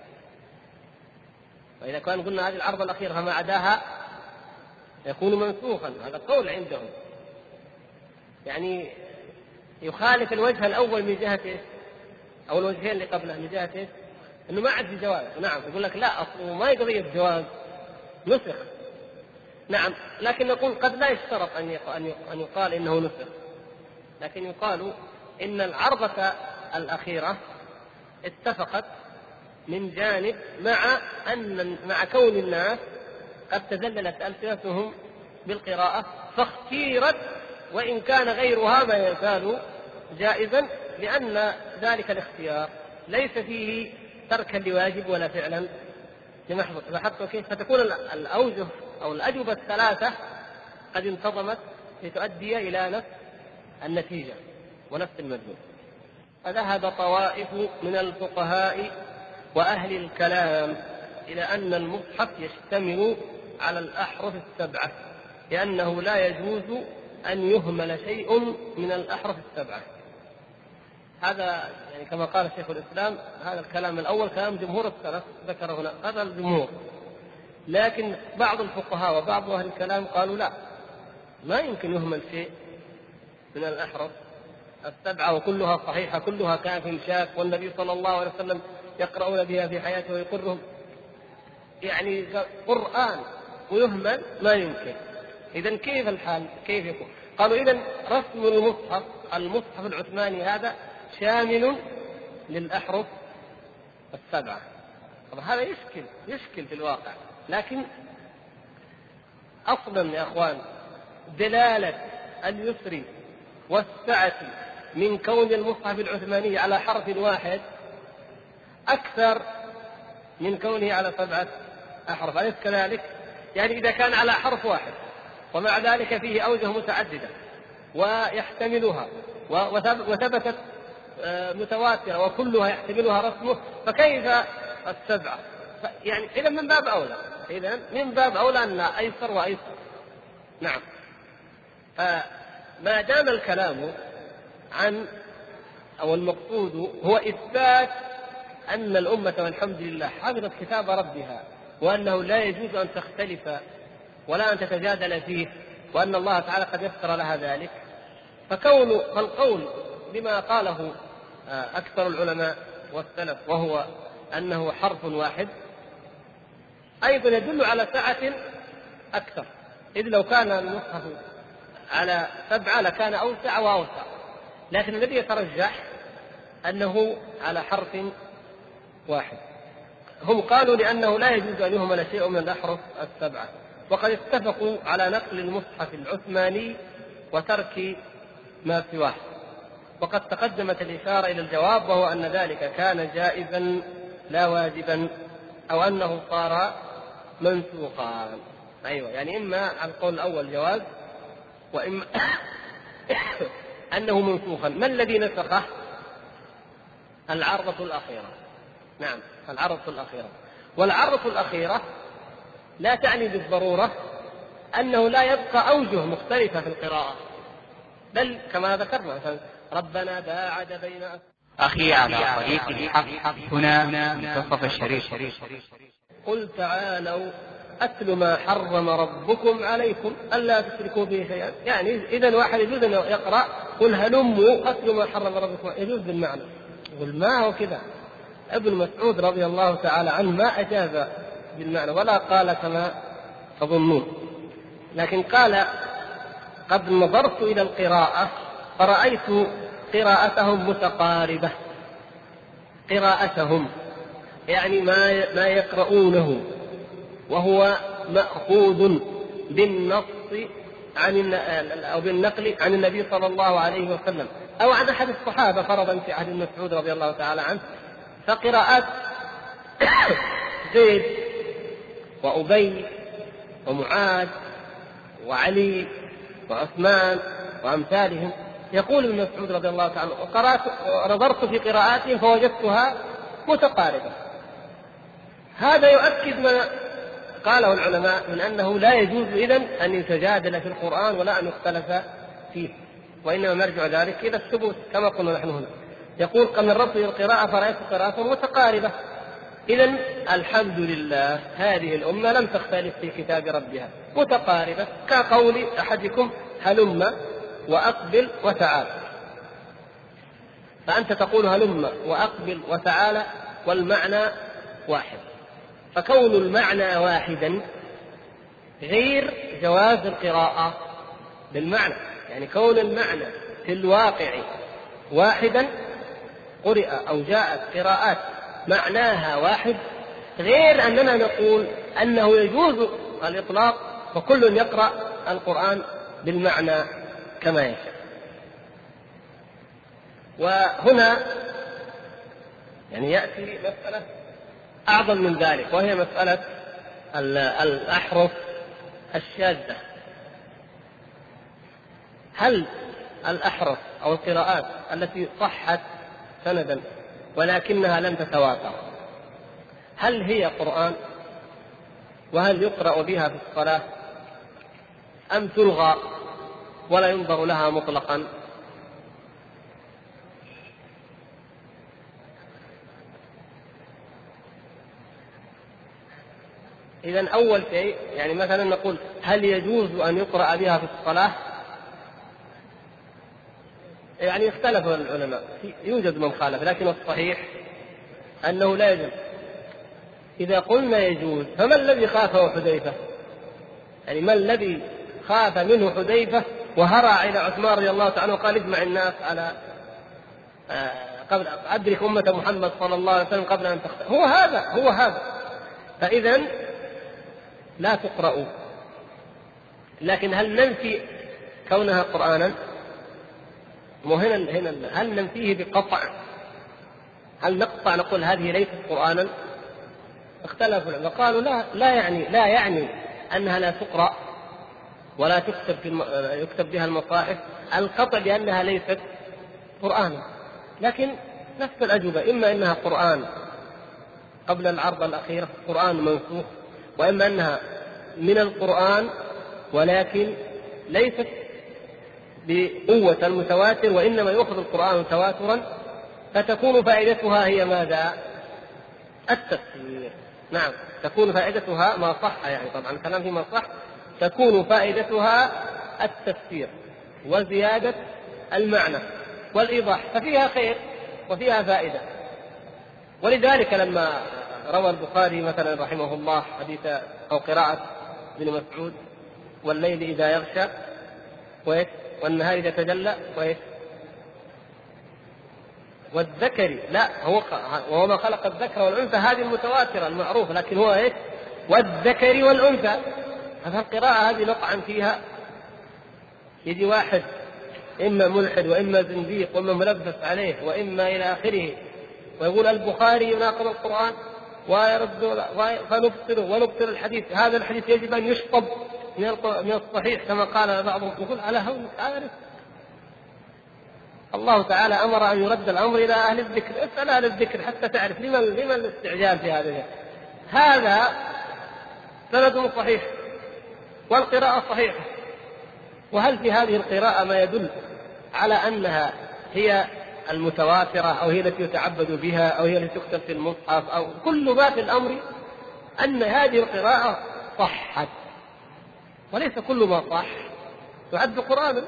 وإذا كان قلنا هذه العرضة الأخيرة فما عداها يكون منسوخا، هذا قول عندهم، يعني يخالف الوجه الأول من جهة إيش؟ أو الوجهين اللي قبله من جهة إيش؟ إنه ما عاد في جواز. نعم، يقول لك لا، أصله ما قضية جواز، نسخ. نعم، لكن نقول قد لا يشترط أن يقال إنه نسخ، لكن يقال إن العرضة الأخيرة اتفقت من جانب مع أن مع كون الناس قد تذللت ألسنتهم بالقراءة فاختيرت، وإن كان غيرها ما يزال جائزا، لأن ذلك الاختيار ليس فيه تركا لواجب ولا فعلا لمحظ. لاحظتوا كيف؟ فتكون الأوجه أو الأجوبة الثلاثة قد انتظمت لتؤدي إلى نفس النتيجة ونفس المدلول. فذهب طوائف من الفقهاء وأهل الكلام إلى أن المصحف يشتمل على الأحرف السبعة، لأنه لا يجوز أن يهمل شيء من الأحرف السبعة. هذا يعني كما قال شيخ الإسلام، هذا الكلام الأول كلام جمهور السلف ذكر هنا، هذا الجمهور. لكن بعض الفقهاء وبعض أهل الكلام قالوا لا، ما يمكن يهمل شيء من الأحرف السبعة، وكلها صحيحة، كلها كاف شاف، والنبي صلى الله عليه وسلم يقرؤون بها في حياته ويقرهم، يعني قرآن ويهمل ما يمكن. إذن كيف الحال؟ كيف يكون؟ قالوا إذن رسم المصحف المصحف العثماني هذا شامل للأحرف السبعة. طب هذا يشكل يشكل في الواقع، لكن أصلا يا أخوان دلالة اليسر والسعة من كون المصحف العثماني على حرف واحد أكثر من كونه على سبعة أحرف، أليس كذلك؟ يعني إذا كان على حرف واحد ومع ذلك فيه أوجه متعددة ويحتملها وثبتت متواترة وكلها يحتملها رسمه، فكيف السبعة؟ يعني إذا من باب أولى، إذا من باب أولى أن أيسر وأيسر. نعم، فما دام الكلام عن أو المقصود هو إثبات أن الأمة والحمد لله حفظت كتاب ربها، وأنه لا يجوز أن تختلف ولا أن تتجادل فيه، وأن الله تعالى قد يسر لها ذلك، فكون فالقول بما قاله أكثر العلماء والسلف وهو أنه حرف واحد أيضا يدل على سعة أكثر، إذ لو كان المصحف على سبعة لكان أوسع وأوسع، لكن الذي يترجح أنه على حرف واحد. هم قالوا لأنه لا يجوز أن يهمل شيء من الأحرف السبعة، وقد اتفقوا على نقل المصحف العثماني وترك ما سواه، وقد تقدمت الإشارة إلى الجواب، وهو أن ذلك كان جائزا لا واجبا، أو أنه صار منسوخا. أيوة، يعني إما على القول الأول جواز، وإما أنه منسوخا. ما الذي نسخه؟ العرضة الأخيرة. نعم، العرضة الأخيرة. والعرضة الأخيرة لا تعني بالضرورة أنه لا يبقى أوجه مختلفة في القراءة، بل كما ذكرنا مثلا ربنا باعد بين أخي على طريق الحق هنا منتصف الشريف. قل تعالوا أتل ما حرم ربكم عليكم ألا تشركوا به شيئا. يعني إذا واحد يجوز أن يقرأ قل هلموا أتل ما حرم ربكم، يجوز بالمعنى. يقول ما هو كذا. ابن مسعود رضي الله تعالى عنه ما أجاز بالمعنى ولا قال كما تظنون، لكن قال قد نظرت إلى القراءة فرأيت قراءتهم متقاربة. قراءتهم يعني ما ما يقرؤونه وهو مأخوذ بالنص عن أو بالنقل عن النبي صلى الله عليه وسلم أو عن أحد الصحابة فرضا في عهد مسعود رضي الله تعالى عنه. فقراءات زيد وأبي ومعاذ وعلي وعثمان وأمثالهم. يقول ابن مسعود رضي الله تعالى وقرأت ونظرت في قراءاتهم فوجدتها متقاربة. هذا يؤكد ما قاله العلماء من أنه لا يجوز إذن أن يتجادل في القرآن ولا أن يختلف فيه، وإنما مرجع ذلك إلى الثبوت كما قلنا نحن هنا. يقول قال من ربط القراءة فرأيت قراءة متقاربة. إذن الحمد لله هذه الأمة لم تختلف في كتاب ربها، متقاربة كقول أحدكم هلم وأقبل وتعال، فأنت تقول هلم وأقبل وتعالى والمعنى واحد، فكون المعنى واحدا غير جواز القراءة بالمعنى، يعني كون المعنى في الواقع واحدا قرئ أو جاءت قراءات معناها واحد، غير أننا نقول أنه يجوز الإطلاق فكل يقرأ القرآن بالمعنى كما يشاء. وهنا يعني يأتي مسألة أعظم من ذلك، وهي مسألة الأحرف الشاذة. هل الأحرف أو القراءات التي صحت سندا ولكنها لم تتواتر هل هي قرآن؟ وهل يقرأ بها في الصلاة أم تلغى ولا ينظر لها مطلقا؟ إذن أول شيء يعني مثلا نقول هل يجوز أن يقرأ بها في الصلاة؟ يعني اختلف العلماء، يوجد من خالف، لكن الصحيح أنه لا يجوز. إذا قلنا يجوز فما الذي خافه حذيفة؟ يعني ما الذي خاف منه حذيفة وهرع إلى عثمان رضي الله تعالى وقال اجمع الناس على قبل أدرك أمة محمد صلى الله عليه وسلم قبل أن تختار؟ هو هذا هو هذا فإذن لا تقرأوا. لكن هل ننفي كونها قرآنا؟ وهنا هنا هل ننفيه بقطع؟ هل نقطع نقول هذه ليست قرآنا؟ اختلفوا وقالوا لا لا يعني لا يعني أنها لا تقرأ ولا تكتب في يكتب بها المصاحف، القطع بأنها ليست قرآنا. لكن نفس الأجوبة، إما أنها قرآن قبل العرض الأخيرة قرآن منسوخ، وإما أنها من القرآن ولكن ليست بقوة المتواتر وإنما يأخذ القرآن تواترا، فتكون فائدتها هي ماذا؟ التفسير. نعم تكون فائدتها ما صح، يعني طبعا الكلام فيما صح تكون فائدتها التفسير وزيادة المعنى والإيضاح، ففيها خير وفيها فائدة. ولذلك لما روى البخاري مثلا رحمه الله حديث أو قراءة ابن مسعود والليل إذا يغشى والنهار إذا تجلى والذكر، لا هو وهو ما خلق الذكر والأنثى، هذه المتواترة المعروفة، لكن هو إيه؟ والذكر والأنثى. هذه القراءة هذه نطعن فيها، يجي واحد إما ملحد وإما زنديق وإما ملبس عليه وإما إلى آخره ويقول البخاري يناقض القرآن ويرد فنبطله ونبطل الحديث، هذا الحديث يجب أن يشطب من الصحيح كما قال بعضهم. يقول على هونك عارف الله تعالى أمر أن يرد الأمر إلى أهل الذكر، اسأل أهل الذكر حتى تعرف لمن لمن الاستعجال في هذا. هذا سند صحيح والقراءة صحيحة، وهل في هذه القراءة ما يدل على أنها هي المتواترة أو هي التي يتعبد بها أو هي التي تكتب في المصحف أو كل ما في الأمر أن هذه القراءة صحت، وليس كل ما صح يعد قرآنا.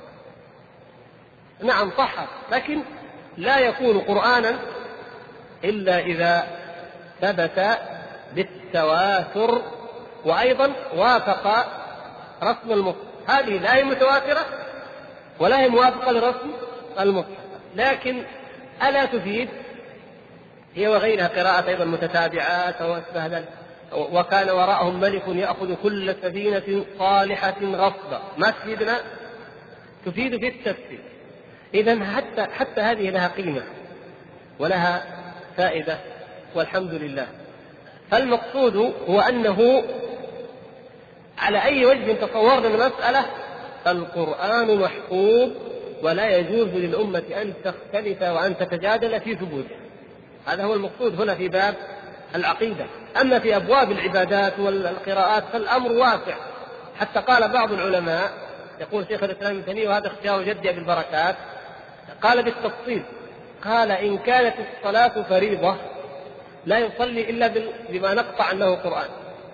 نعم صحت، لكن لا يكون قرآنا إلا إذا ثبت بالتواتر وأيضا وافق رسم المصحف. هذه لا هي متواترة ولا هي موافقة لرسم المصحف، لكن ألا تفيد هي وغيرها قراءة أيضا متتابعات أو أشبه ذلك. وكان وراءهم ملك يأخذ كل سفينة صالحة غصبا، ما تفيدنا؟ تفيد في التفسير. إذن حتى حتى هذه لها قيمة ولها فائدة والحمد لله. فالمقصود هو أنه على أي وجه تصورنا المسألة القرآن محفوظ ولا يجوز للأمة أن تختلف وأن تتجادل في ثبوته. هذا هو المقصود هنا في باب العقيدة. أما في أبواب العبادات والقراءات فالأمر واسع، حتى قال بعض العلماء، يقول شيخ الإسلام ابن تيمية وهذا اختيار جدي أبي البركات، قال بالتفصيل، قال إن كانت الصلاة فريضة لا يصلي إلا بما نقطع أنه قرآن،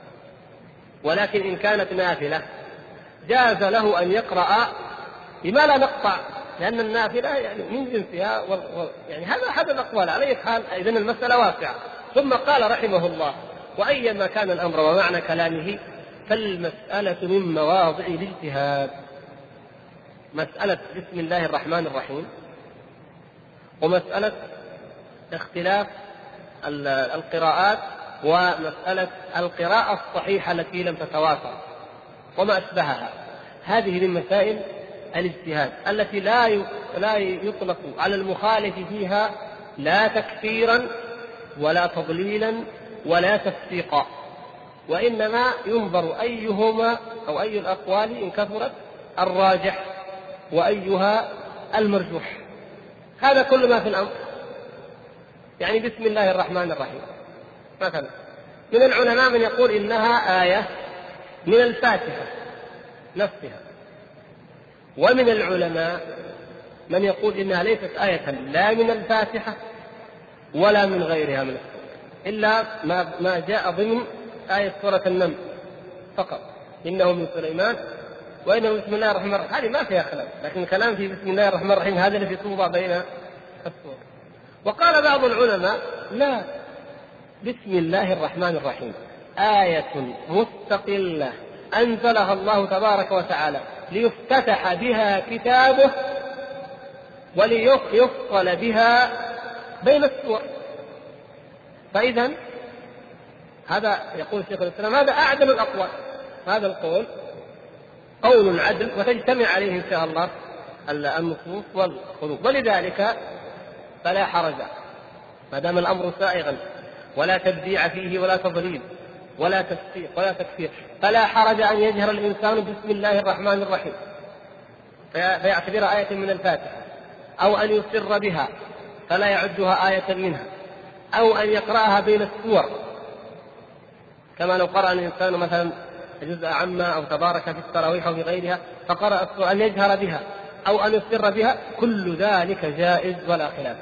ولكن إن كانت نافلة جاز له أن يقرأ بما لا نقطع، لأن النافلة يعني من جنسها و... و... يعني هذا أحد الأقوال. على أي حال إذن المسألة واسعة. ثم قال رحمه الله: وأيما كان الأمر ومعنى كلامه فالمسألة من مواضع الاجتهاد. مسألة بسم الله الرحمن الرحيم ومسألة اختلاف القراءات ومسألة القراءة الصحيحة التي لم تتواتر وما أشبهها، هذه من مسائل الاجتهاد التي لا لا يطلق على المخالف فيها لا تكفيرا ولا تضليلا ولا تفسيقا، وإنما ينظر أيهما أو أي الأقوال إن كثرت الراجح وأيها المرجوح. هذا كل ما في الأمر. يعني بسم الله الرحمن الرحيم مثلا، من العلماء من يقول إنها آية من الفاتحة نفسها، ومن العلماء من يقول إنها ليست آية لا من الفاتحة ولا من غيرها من إلا ما, ما جاء ضمن آية سورة النمل فقط، إنه من سليمان وإنه بسم الله الرحمن الرحيم. هذه ما فيها خلاف، لكن الكلام في بسم الله الرحمن الرحيم هذا الذي توضع بين السور. وقال بعض العلماء لا، بسم الله الرحمن الرحيم آية مستقلة أنزلها الله تبارك وتعالى ليفتتح بها كتابه وليفصل بها بين السور. فإذا هذا يقول شيخ الإسلام هذا أعدل الأقوال، هذا القول قول عدل وتجتمع عليه إن شاء الله النصوص والخروج، ولذلك فلا حرج ما دام الأمر سائغا ولا تبديع فيه ولا تضليل ولا تفسيق ولا تكفير، فلا حرج أن يجهر الإنسان بسم الله الرحمن الرحيم فيعتبرها آية من الفاتحة، أو أن يسر بها فلا يعدها آية منها، أو أن يقرأها بين السور كما لو قرأ الإنسان مثلا جزء عما أو تبارك في التراويح أو في غيرها فقرأ السور، أن يجهر بها أو أن يسر بها، كل ذلك جائز ولا خلاف.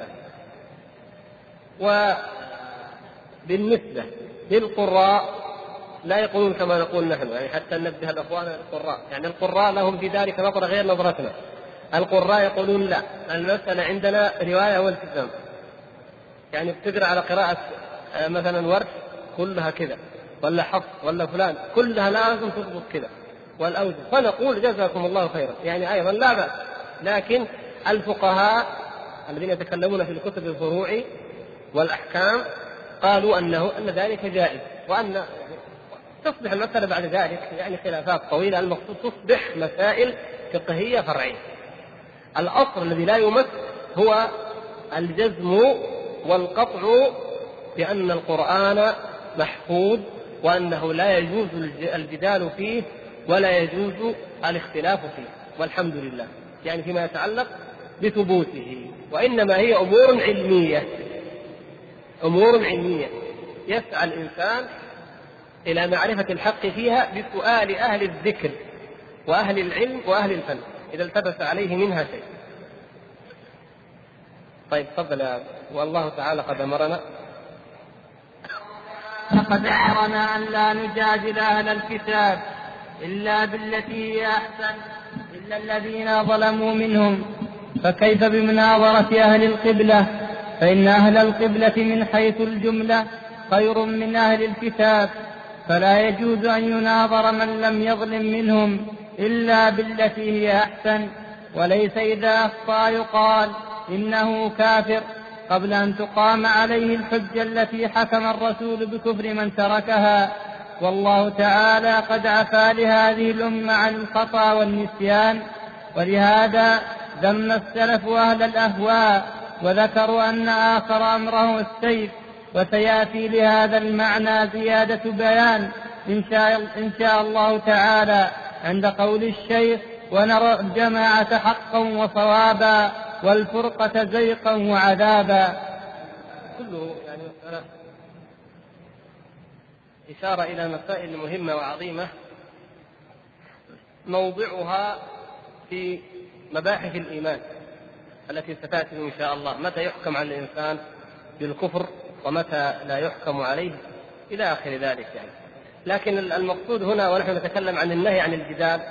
وبالنسبة للقراء لا يقولون كما نقول نحن، يعني حتى ننبه الأخوان القراء، يعني القراء لهم في ذلك نظرة غير نظرتنا. القراء يقولون لا، المسألة عندنا رواية والتزام، يعني بتقرأ على قراءة مثلا ورش كلها كذا، ولا حفص ولا فلان كلها لازم تضبط كذا والأوجه، فنقول جزاكم الله خيرا، يعني أيضا لا بأس. لكن الفقهاء الذين يتكلمون في الكتب الفروع والأحكام قالوا أنه أن ذلك جائز، وأن تصبح المسألة بعد ذلك يعني خلافات طويلة، المقصود تصبح مسائل فقهية فرعية. الأصل الذي لا يمس هو الجزم والقطع بأن القرآن محفوظ وأنه لا يجوز الجدال فيه ولا يجوز الاختلاف فيه، والحمد لله، يعني فيما يتعلق بثبوته. وإنما هي أمور علمية، أمور علمية يسعى الإنسان إلى معرفة الحق فيها بسؤال أهل الذكر وأهل العلم وأهل الفن إذا التبس عليه منها شيء. طيب تفضل يا أبو. والله تعالى قد أمرنا لقد أمرنا أن لا نجادل أهل الكتاب إلا بالتي هي أحسن إلا الذين ظلموا منهم، فكيف بمناظرة أهل القبلة؟ فإن أهل القبلة من حيث الجملة خير من أهل الكتاب، فلا يجوز أن يناظر من لم يظلم منهم إلا بالتي هي أحسن. وليس إذا أخطأ يقال إنه كافر قبل أن تقام عليه الحجة التي حكم الرسول بكفر من تركها. والله تعالى قد عفا لهذه الأمة عن الخطأ والنسيان، ولهذا ذم السلف أهل الأهواء وذكروا أن آخر أمره السيف. وسيأتي لهذا المعنى زيادة بيان إن شاء, إن شاء الله تعالى عند قول الشيخ: ونرى الجماعة حقا وصوابا والفرقة زيقا وعذابا. كله يعني مسألة إشارة إلى مسائل مهمة وعظيمة موضعها في مباحث الإيمان التي ستأتي إن شاء الله، متى يحكم على الإنسان بالكفر ومتى لا يحكم عليه إلى آخر ذلك يعني. لكن المقصود هنا ونحن نتكلم عن النهي عن الجدال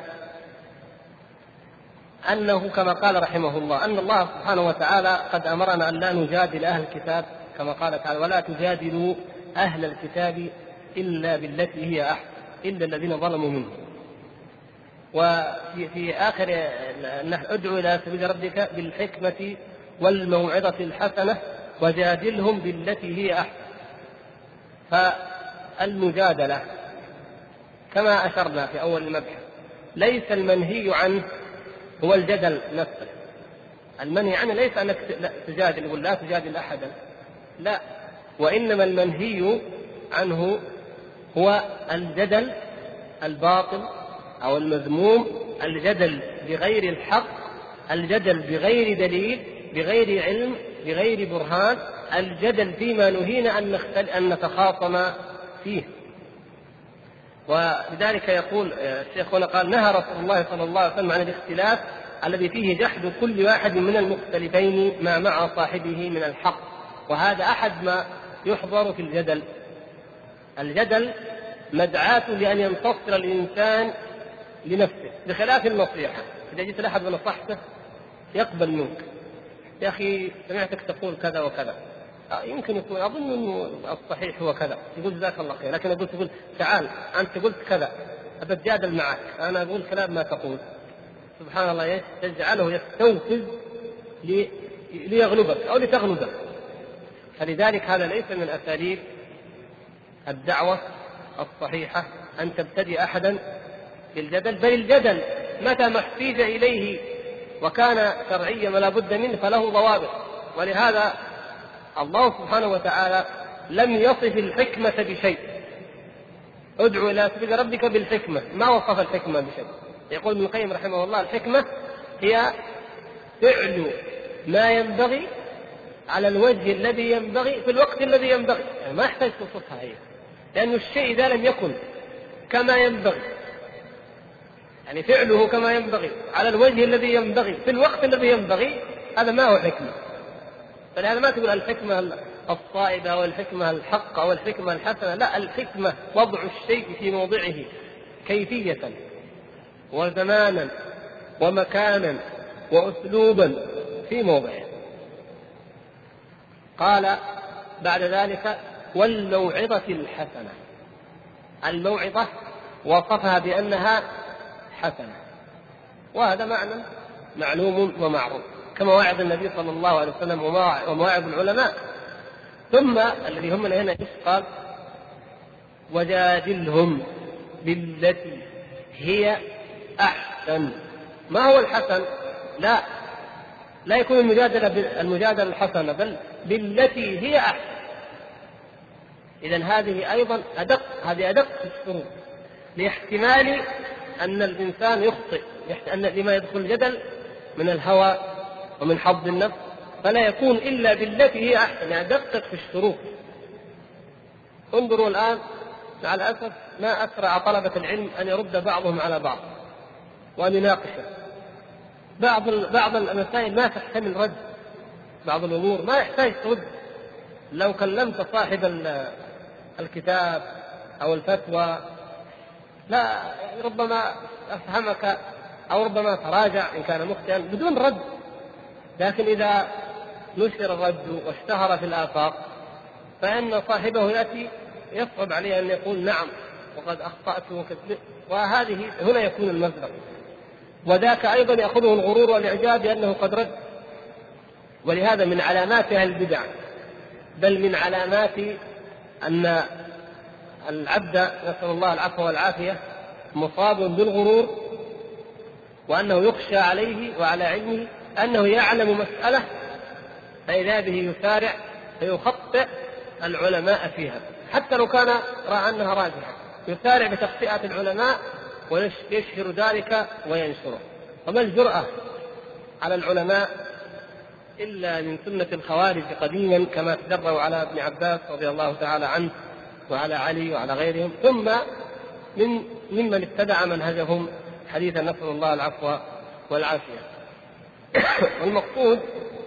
أنه كما قال رحمه الله أن الله سبحانه وتعالى قد أمرنا أن لا نجادل أهل الكتاب كما قال تعالى: ولا تجادلوا أهل الكتاب إلا بالتي هي أحسن إلا الذين ظلموا منهم. وفي في آخر: ادعو إلى سبيل ربك بالحكمة والموعظة الحسنة وجادلهم بالتي هي أحسن. فالمجادلة كما أشرنا في أول المبحث ليس المنهي عنه هو الجدل نفسه. المنهي عنه ليس أنك تجادل ولا تجادل أحدا، لا، وإنما المنهي عنه هو الجدل الباطل أو المذموم، الجدل بغير الحق، الجدل بغير دليل، بغير علم، بغير برهان، الجدل فيما نهينا أن نتخاصم فيه. ولذلك يقول الشيخ هنا قال: نهى رسول الله صلى الله عليه وسلم عن الاختلاف الذي فيه جحد كل واحد من المختلفين ما مع صاحبه من الحق. وهذا أحد ما يحضر في الجدل. الجدل مدعاة لأن ينتصر الإنسان لنفسه بخلاف النصيحة. إذا جئت لأحد ونصحته يقبل منك: يا أخي سمعتك تقول كذا وكذا، يمكن يكون أظن أنه الصحيح هو كذا، يقول جزاك الله خير. لكن أقول تقول تعال أنت قلت كذا، أتجادل معك، أنا أقول كلام ما تقول. سبحان الله، تجعله يستوفز ليغلبك أو لتغلبك. فلذلك هذا ليس من أساليب الدعوة الصحيحة أن تبتدي أحدا بالجدل، بل الجدل متى ما احتيج إليه وكان شرعيا ولا بد منه فله ضوابط. ولهذا الله سبحانه وتعالى لم يصف الحكمة بشيء. ادعو إلى سبيل ربك بالحكمة، ما وصف الحكمة بشيء. يقول ابن القيم رحمه الله: الحكمة هي فعل ما ينبغي على الوجه الذي ينبغي في الوقت الذي ينبغي. يعني ما يحتاج توصفها هي، لأن الشيء إذا لم يكن كما ينبغي، يعني فعله كما ينبغي على الوجه الذي ينبغي في الوقت الذي ينبغي، هذا ما هو حكمة. فلهذا ما تقول الحكمة الصائبة أو الحكمة الحق أو الحكمة الحسنة، لا، الحكمة وضع الشيء في موضعه كيفية وزمانا ومكانا وأسلوبا في موضعه. قال بعد ذلك: والموعظة الحسنة. الموعظة وصفها بأنها حسنة، وهذا معنى معلوم ومعروف كمواعظ النبي صلى الله عليه وسلم ومواعظ العلماء. ثم الذي هم هنا قال: وجادلهم بالتي هي أحسن. ما هو الحسن؟ لا لا يكون المجادلة المجادلة الحسنة، بل بالتي هي أحسن. إذن هذه أيضا أدق، هذه أدق في الشروط لاحتمال أن الإنسان يخطئ، أن لما يدخل الجدل من الهوى ومن حظ النفس، فلا يكون إلا بالتي هي أحسن. يعني دقق في الشروط. انظروا الآن مع الأسف ما أسرع طلبة العلم أن يرد بعضهم على بعض وأن يناقشه. بعض بعض المسائل ما تحتمل رد، بعض الأمور ما يحتاج ترد. لو كلمت صاحب الكتاب أو الفتوى لا ربما أفهمك أو ربما تراجع إن كان مخطئا بدون رد. لكن إذا نشر الرد واشتهر في الآفاق فإن صاحبه يأتي يصعب عليه أن يقول نعم وقد أخطأت وكذبت، وهذه هنا يكون المزلق. وذاك أيضا يأخذه الغرور والإعجاب بأنه قد رد. ولهذا من علامات أهل البدع، بل من علامات أن العبد نسأل الله العفو والعافية مصاب بالغرور، وأنه يخشى عليه وعلى علمه أنه يعلم مسألة فإذا به يسارع فيخطئ العلماء فيها حتى لو كان رأى أنها راجحة. يسارع بتخطئة العلماء ويشهر ذلك وينشره. وما الجرأة على العلماء إلا من سنة الخوارج قديما كما تجروا على ابن عباس رضي الله تعالى عنه وعلى علي وعلى غيرهم، ثم من ممن اتبع منهجهم حديثا نسأل الله العفو والعافية. والمقصود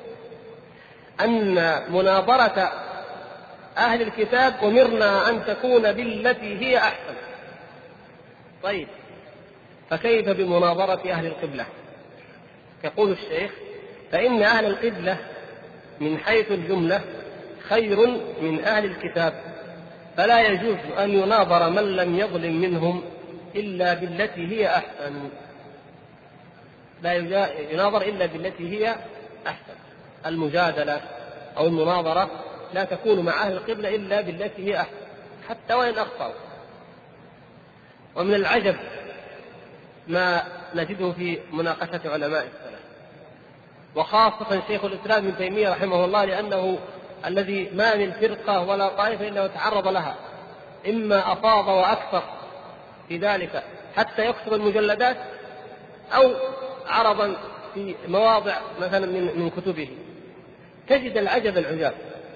أن مناظرة أهل الكتاب أمرنا أن تكون بالتي هي أحسن. طيب، فكيف بمناظرة أهل القبلة؟ يقول الشيخ: فإن أهل القبلة من حيث الجملة خير من أهل الكتاب، فلا يجوز أن يناظر من لم يظلم منهم إلا بالتي هي أحسن. لا يناظر إلا بالتي هي أحسن. المجادلة أو المناظرة لا تكون مع أهل القبلة إلا بالتي هي أحسن حتى وإن أخطأوا. ومن العجب ما نجده في مناقشة علماء السلف، وخاصة شيخ الإسلام ابن تيمية رحمه الله، لأنه الذي ما من فرقة ولا طائفة إلا وتعرض لها، إما أفاض وأكثر في ذلك حتى يكتب المجلدات، أو عرضا في مواضع مثلا من من كتبه. تجد العجب العجاب.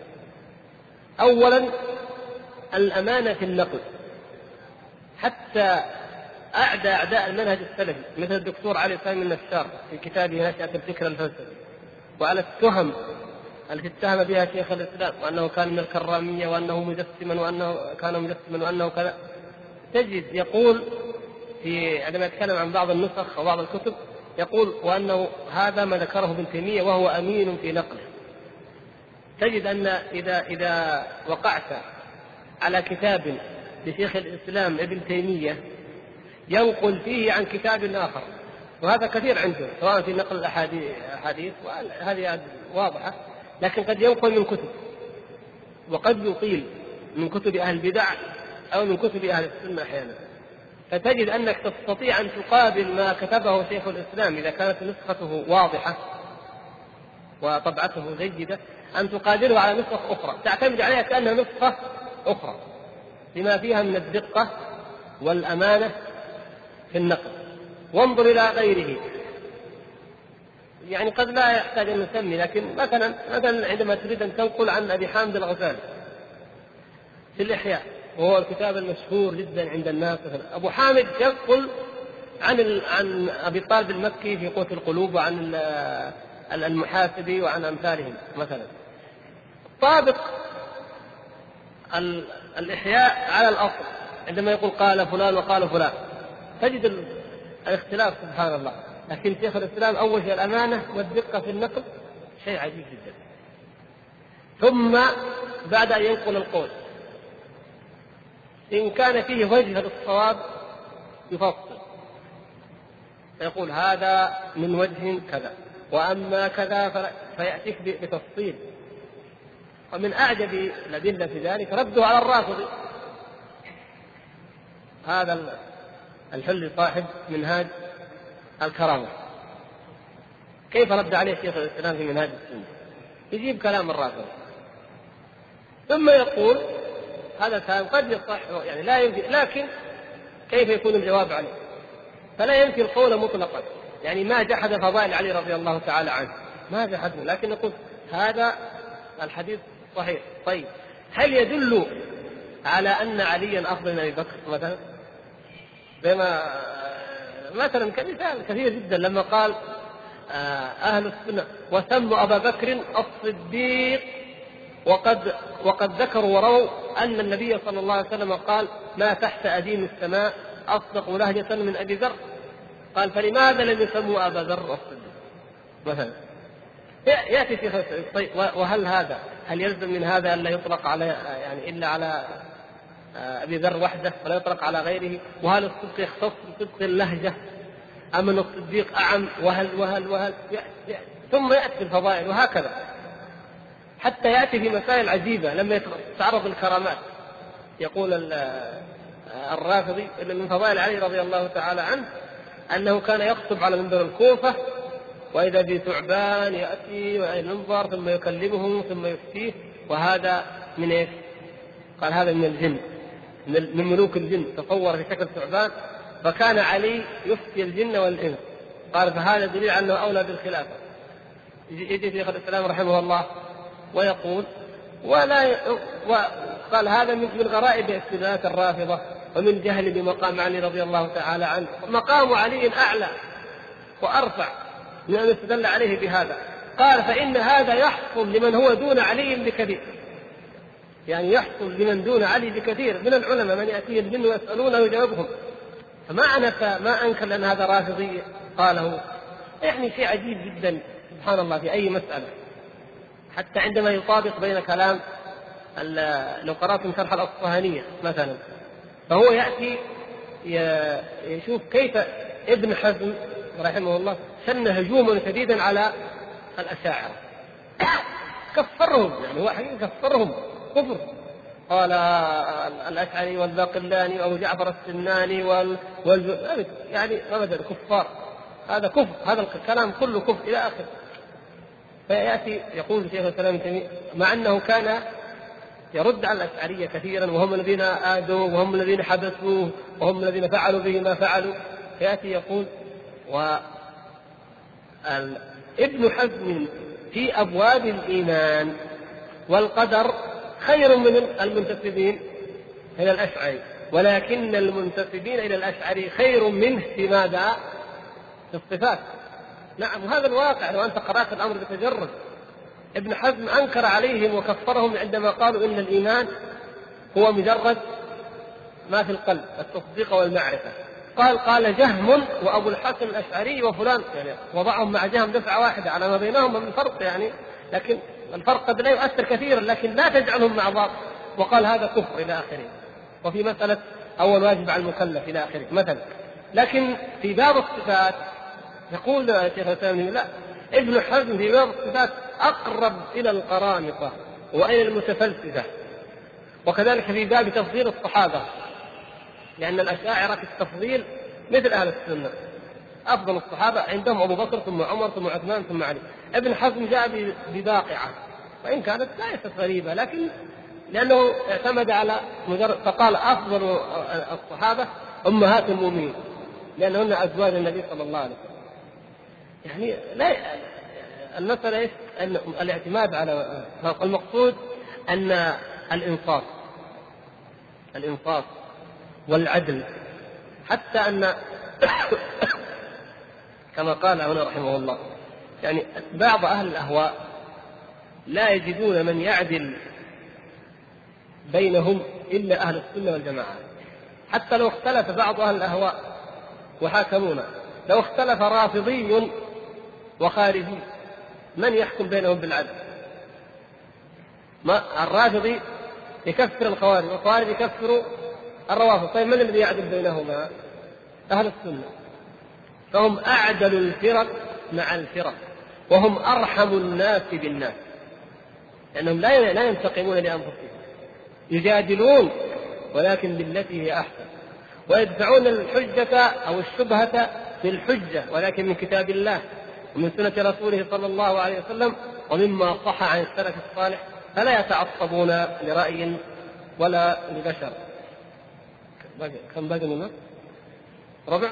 أولا الأمانة في النقل، حتى أعدى أعداء المنهج السلفي مثل الدكتور علي سامي النشار في كتابه نشأة الفكر الفلسفي، وعلى التهم التي اتهم بها شيخ الإسلام وأنه كان من الكرامية وأنه مجسما وأنه كان مجسما وأنه كذا، تجد يقول في عندما يتكلم عن بعض النسخ وبعض الكتب يقول وأنه هذا ما ذكره ابن تيمية وهو أمين في نقله. تجد أن إذا إذا وقعت على كتاب لشيخ الإسلام ابن تيمية ينقل فيه عن كتاب آخر، وهذا كثير عنده سواء في نقل الأحاديث وهذه واضحة، لكن قد ينقل من كتب، وقد يطيل من كتب أهل البدع أو من كتب أهل السنة أحيانا. فتجد أنك تستطيع أن تقابل ما كتبه شيخ الإسلام إذا كانت نسخته واضحة وطبعته جيدة، أن تقابله على نسخ أخرى تعتمد عليها كأنها نسخة أخرى بما فيها من الدقة والأمانة في النقل. وانظر إلى غيره، يعني قد لا يحتاج أن نسمي، لكن مثلا مثلا عندما تريد أن تنقل عن أبي حامد الغزالي في الإحياء، وهو الكتاب المشهور جدا عند الناس، أبو حامد ينقل عن عن أبي طالب المكي في قوت القلوب وعن المحاسبي وعن أمثالهم مثلا، طابق الإحياء على الأصل عندما يقول قال فلان وقال فلان، تجد الاختلاف سبحان الله. لكن شيخ الإسلام أول شيء الأمانة والدقة في النقل، شيء عجيب جدا. ثم بعد أن ينقل القول إن كان فيه وجه للصواب يفصل، فيقول هذا من وجه كذا وأما كذا، فيأتيك بتفصيل. ومن أعجب الأدلة في ذلك رده على الرافضي، هذا الحل صاحب منهاج الكرامة، كيف رد عليه شيخ الإسلام في منهاج السنة؟ يجيب كلام الرافضي ثم يقول هذا كلام قد يصح يعني لا يمكن، لكن كيف يكون الجواب عليه؟ فلا ينفي القول مطلقا، يعني ما جحد فضائل علي رضي الله تعالى عنه، ما جحده، لكن يقول هذا الحديث صحيح. طيب هل يدل على أن عليا أفضل من أبي بكر مثلا؟ بما مثلا كمثال كثير جدا لما قال أهل السنة وسموا أبا بكر الصديق، وقد وقد ذكروا ورووا أن النبي صلى الله عليه وسلم قال ما تحت أديم السماء أصدق لهجة من أبي ذر، قال فلماذا لم يسموا أبا ذر الصديق مثلا؟ يأتي في طيب وهل هذا هل يلزم من هذا أن لا يطلق على يعني إلا على أبي ذر وحده ولا يطلق على غيره؟ وهل الصدق يختص بصدق اللهجة أم أن الصديق أعم؟ وهل وهل وهل ثم يأتي الفضائل وهكذا، حتى يأتي في مسائل عجيبة لما يتعرض الكرامات. يقول الرافضي إن من فضائل علي رضي الله تعالى عنه أنه كان يخطب على منبر الكوفة وإذا بثعبان يأتي وينظر ثم يكلمه ثم يفتيه، وهذا من إيش؟ قال هذا من الجن. من ملوك الجن تصور في شكل ثعبان، فكان علي يفتي الجن والإنس. قال فهذا دليل أنه أولى بالخلافة. يجي شيخ الإسلام رحمه الله ويقول ولا وقال هذا من غرائب استدلالات الرافضة ومن جهل بمقام علي رضي الله تعالى عنه. مقام علي أعلى وأرفع من أن يستدل عليه بهذا. قال فإن هذا يحصل لمن هو دون علي بكثير، يعني يحصل لمن دون علي بكثير من العلماء من يأتيه الجن ويسألونه ويجاوبهم. فما أنك ما أنكر لأن هذا رافضي قاله، يعني شيء عجيب جدا سبحان الله في أي مسألة، حتى عندما يطابق بين كلام لو قرأتم شرح الأصفهانية مثلا، فهو يأتي يشوف كيف ابن حزم رحمه الله شن هجوما شديدا على الأشاعرة، كفرهم، يعني هو حقيقة كفرهم كفر. قال الأشعري والباقلاني وأبو جعفر السناني وال... وال... يعني أبدا كفار، هذا كفر، هذا الكلام كله كفر إلى آخر. فيأتي يقول شيخ الإسلام ابن تيمية مع أنه كان يرد على الأشعرية كثيرا وهم الذين آذوا وهم الذين حبسوه وهم الذين فعلوا به ما فعلوا، فيأتي يقول وابن حزم في أبواب الإيمان والقدر خير من المنتسبين إلى الأشعري، ولكن المنتسبين إلى الأشعري خير منه في ماذا؟ في الصفات. نعم، وهذا الواقع. لو أنت قرأت الأمر بتجرد، ابن حزم أنكر عليهم وكفرهم عندما قالوا إن الإيمان هو مجرد ما في القلب، التصديق والمعرفة. قال قال جهم وأبو الحسن الأشعري وفلان، يعني وضعهم مع جهم دفعة واحدة على ما بينهم من فرق، يعني لكن الفرق قد لا يؤثر كثيرا، لكن لا تجعلهم مع بعض. وقال هذا كفر إلى آخره. وفي مسألة أول واجب على المكلف إلى آخره مثلا. لكن في باب الصفات يقول شيخ الإسلام لا، ابن حزم في باب الصفات أقرب إلى القرامطة وإلى المتفلسفة. وكذلك في باب تفضيل الصحابة، لأن الأشاعرة في التفضيل مثل أهل السنة، أفضل الصحابة عندهم أبو بكر ثم عمر ثم عثمان ثم علي. ابن حزم جاء بباقعة وإن كانت ليست غريبة، لكن لأنه اعتمد على مجرد، فقال أفضل الصحابة أمهات المؤمنين لأنهن أزواج النبي صلى الله عليه وسلم. يعني لا، المسألة إيش؟ أن الاعتماد على المقصود أن الإنصاف الإنصاف والعدل، حتى أن كما قال هنا رحمه الله، يعني بعض أهل الأهواء لا يجدون من يعدل بينهم إلا أهل السنة والجماعة. حتى لو اختلف بعض أهل الأهواء وحاكمونا، لو اختلف رافضي وخارجي من يحكم بينهم بالعدل؟ ما الرافضي يكفر الخوارج والخوارج يكفروا الروافض، طيب من الذي يعدل بينهما؟ أهل السنة. فهم أعدل الفرق مع الفرق، وهم أرحم الناس بالناس، لأنهم لا لا ينتقمون لأنفسهم، يجادلون ولكن بالتي هي أحسن، ويدفعون الحجة أو الشبهة بالحجة ولكن من كتاب الله ومن سنة رسوله صلى الله عليه وسلم ومما صح عن السلف الصالح، فلا يتعصبون لرأي ولا لبشر. كم باقي لنا؟ ربع.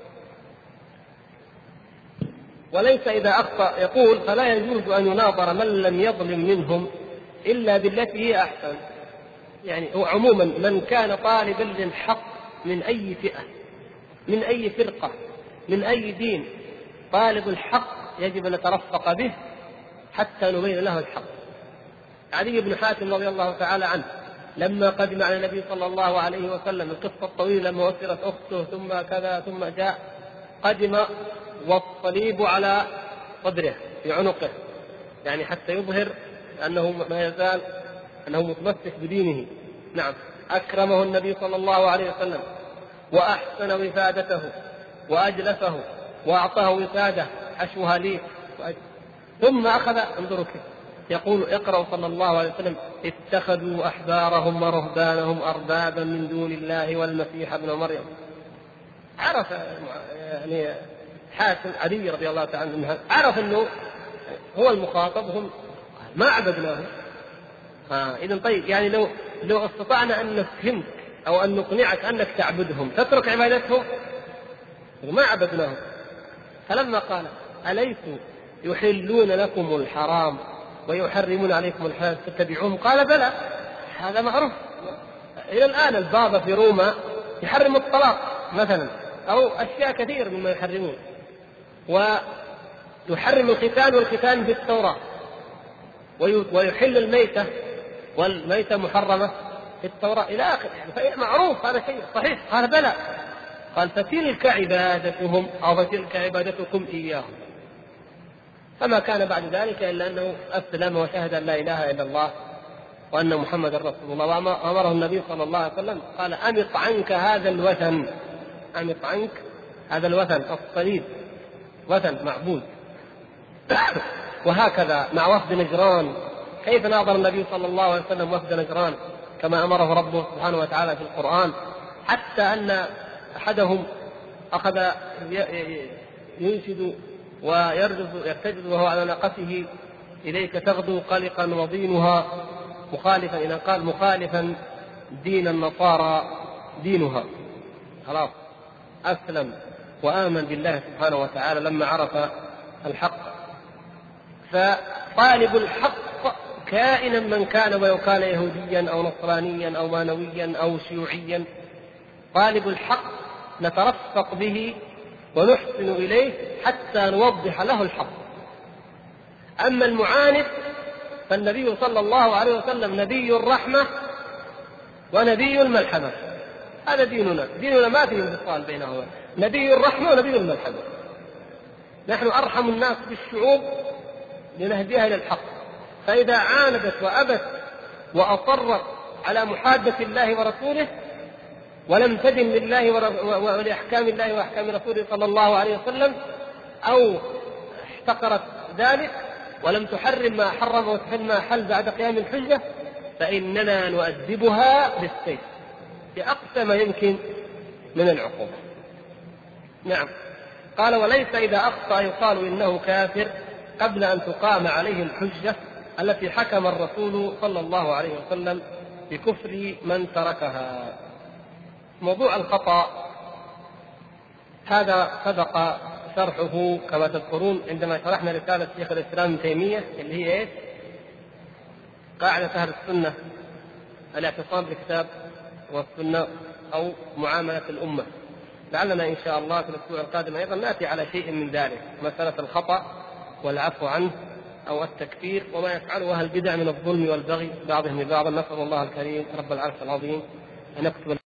وليس إذا أخطأ يقول فلا يجوز أن يناظر من لم يظلم منهم إلا بالتي هي أحسن. يعني هو عموما من كان طالبا للحق من أي فئة من أي فرقة من أي دين، طالب الحق يجب أن نترفق به حتى نبين له الحق. علي بن حاتم رضي الله تعالى عنه لما قدم على النبي صلى الله عليه وسلم، القصة الطويلة لما أسرت أخته ثم كذا ثم جاء، قدم والصليب على صدره في عنقه، يعني حتى يظهر أنه ما يزال أنه متمسك بدينه. نعم، أكرمه النبي صلى الله عليه وسلم وأحسن وفادته وأجلسه وأعطاه وسادة حشوها لي، ثم أخذ انظروا كيف يقول اقرأ صلى الله عليه وسلم اتخذوا أحبارهم ورهبانهم أربابا من دون الله والمسيح ابن مريم. عرف يعني حاتم علي رضي الله تعالى عنه، عرف أنه هو المخاطب، هم ما عبدناه. إذن طيب، يعني لو لو استطعنا أن نفهم أو أن نقنعك أنك تعبدهم تترك عبادتهم؟ ما عبدناهم. فلما قال أليسوا يحلون لكم الحرام ويحرمون عليكم الحلال تتبعوهم؟ قال بلى، هذا معروف. إلى الآن البابا في روما يحرم الطلاق مثلا، أو أشياء كثير مما يحرمون، ويحرم الختان والختان في التوراة، ويحل الميتة والميتة محرمة في التوراة إلى آخره. معروف هذا شيء صحيح. قال بلى، قال فتلك عبادتهم أو فتلك عبادتكم إياهم. فما كان بعد ذلك إلا أنه أسلم وشهد أن لا إله إلا الله وأن محمد رسول الله، وأمره النبي صلى الله عليه وسلم قال أمط عنك هذا الوثن، أمط عنك هذا الوثن الصليب، وثن معبود. وهكذا مع وفد نجران، كيف ناظر النبي صلى الله عليه وسلم وفد نجران كما أمره ربه سبحانه وتعالى في القرآن، حتى أن أحدهم أخذ ينشد ويرجف يرتجز وهو على ناقته إليك تغدو قلقا وضينها مخالفا، إذا قال مخالفا دين النصارى دينها، خلاص أسلم وآمن بالله سبحانه وتعالى لما عرف الحق. فطالب الحق كائنا من كان، ولو كان يهوديا أو نصرانيا أو مانويا أو شيوعيا، طالب الحق نترفق به ونحسن إليه حتى نوضح له الحق. أما المعاند فالنبي صلى الله عليه وسلم نبي الرحمة ونبي الملحمة، هذا ديننا. ديننا ما فيه انفصال بينهما، نبي الرحمة ونبي الملحمة. نحن أرحم الناس بالشعوب لنهديها إلى الحق، فإذا عاندت وأبت وأصرت على محادة الله ورسوله ولم تدن لله ولأحكام الله وأحكام رسوله صلى الله عليه وسلم، أو احتقرت ذلك ولم تحرم ما حرم وتحل ما حل بعد قيام الحجة، فإننا نؤدبها بالسيف بأقصى ما يمكن من العقوبة. نعم. قال وليس إذا أخطأ يقال إنه كافر قبل أن تقام عليه الحجة التي حكم الرسول صلى الله عليه وسلم بكفر من تركها. موضوع الخطأ هذا سبق شرحه كما تذكرون عندما شرحنا رسالة شيخ الإسلام ابن تيمية اللي هي إيه؟ قاعدة أهل السنة الاعتصام بالكتاب والسنة أو معاملة الأمة. لعلنا إن شاء الله في الأسبوع القادم أيضا نأتي على شيء من ذلك، مسألة الخطأ والعفو عنه أو التكفير وما يفعله أهل البدع من الظلم والبغي بعضهم لبعض. نسأل الله الكريم رب العرش العظيم أن يكتب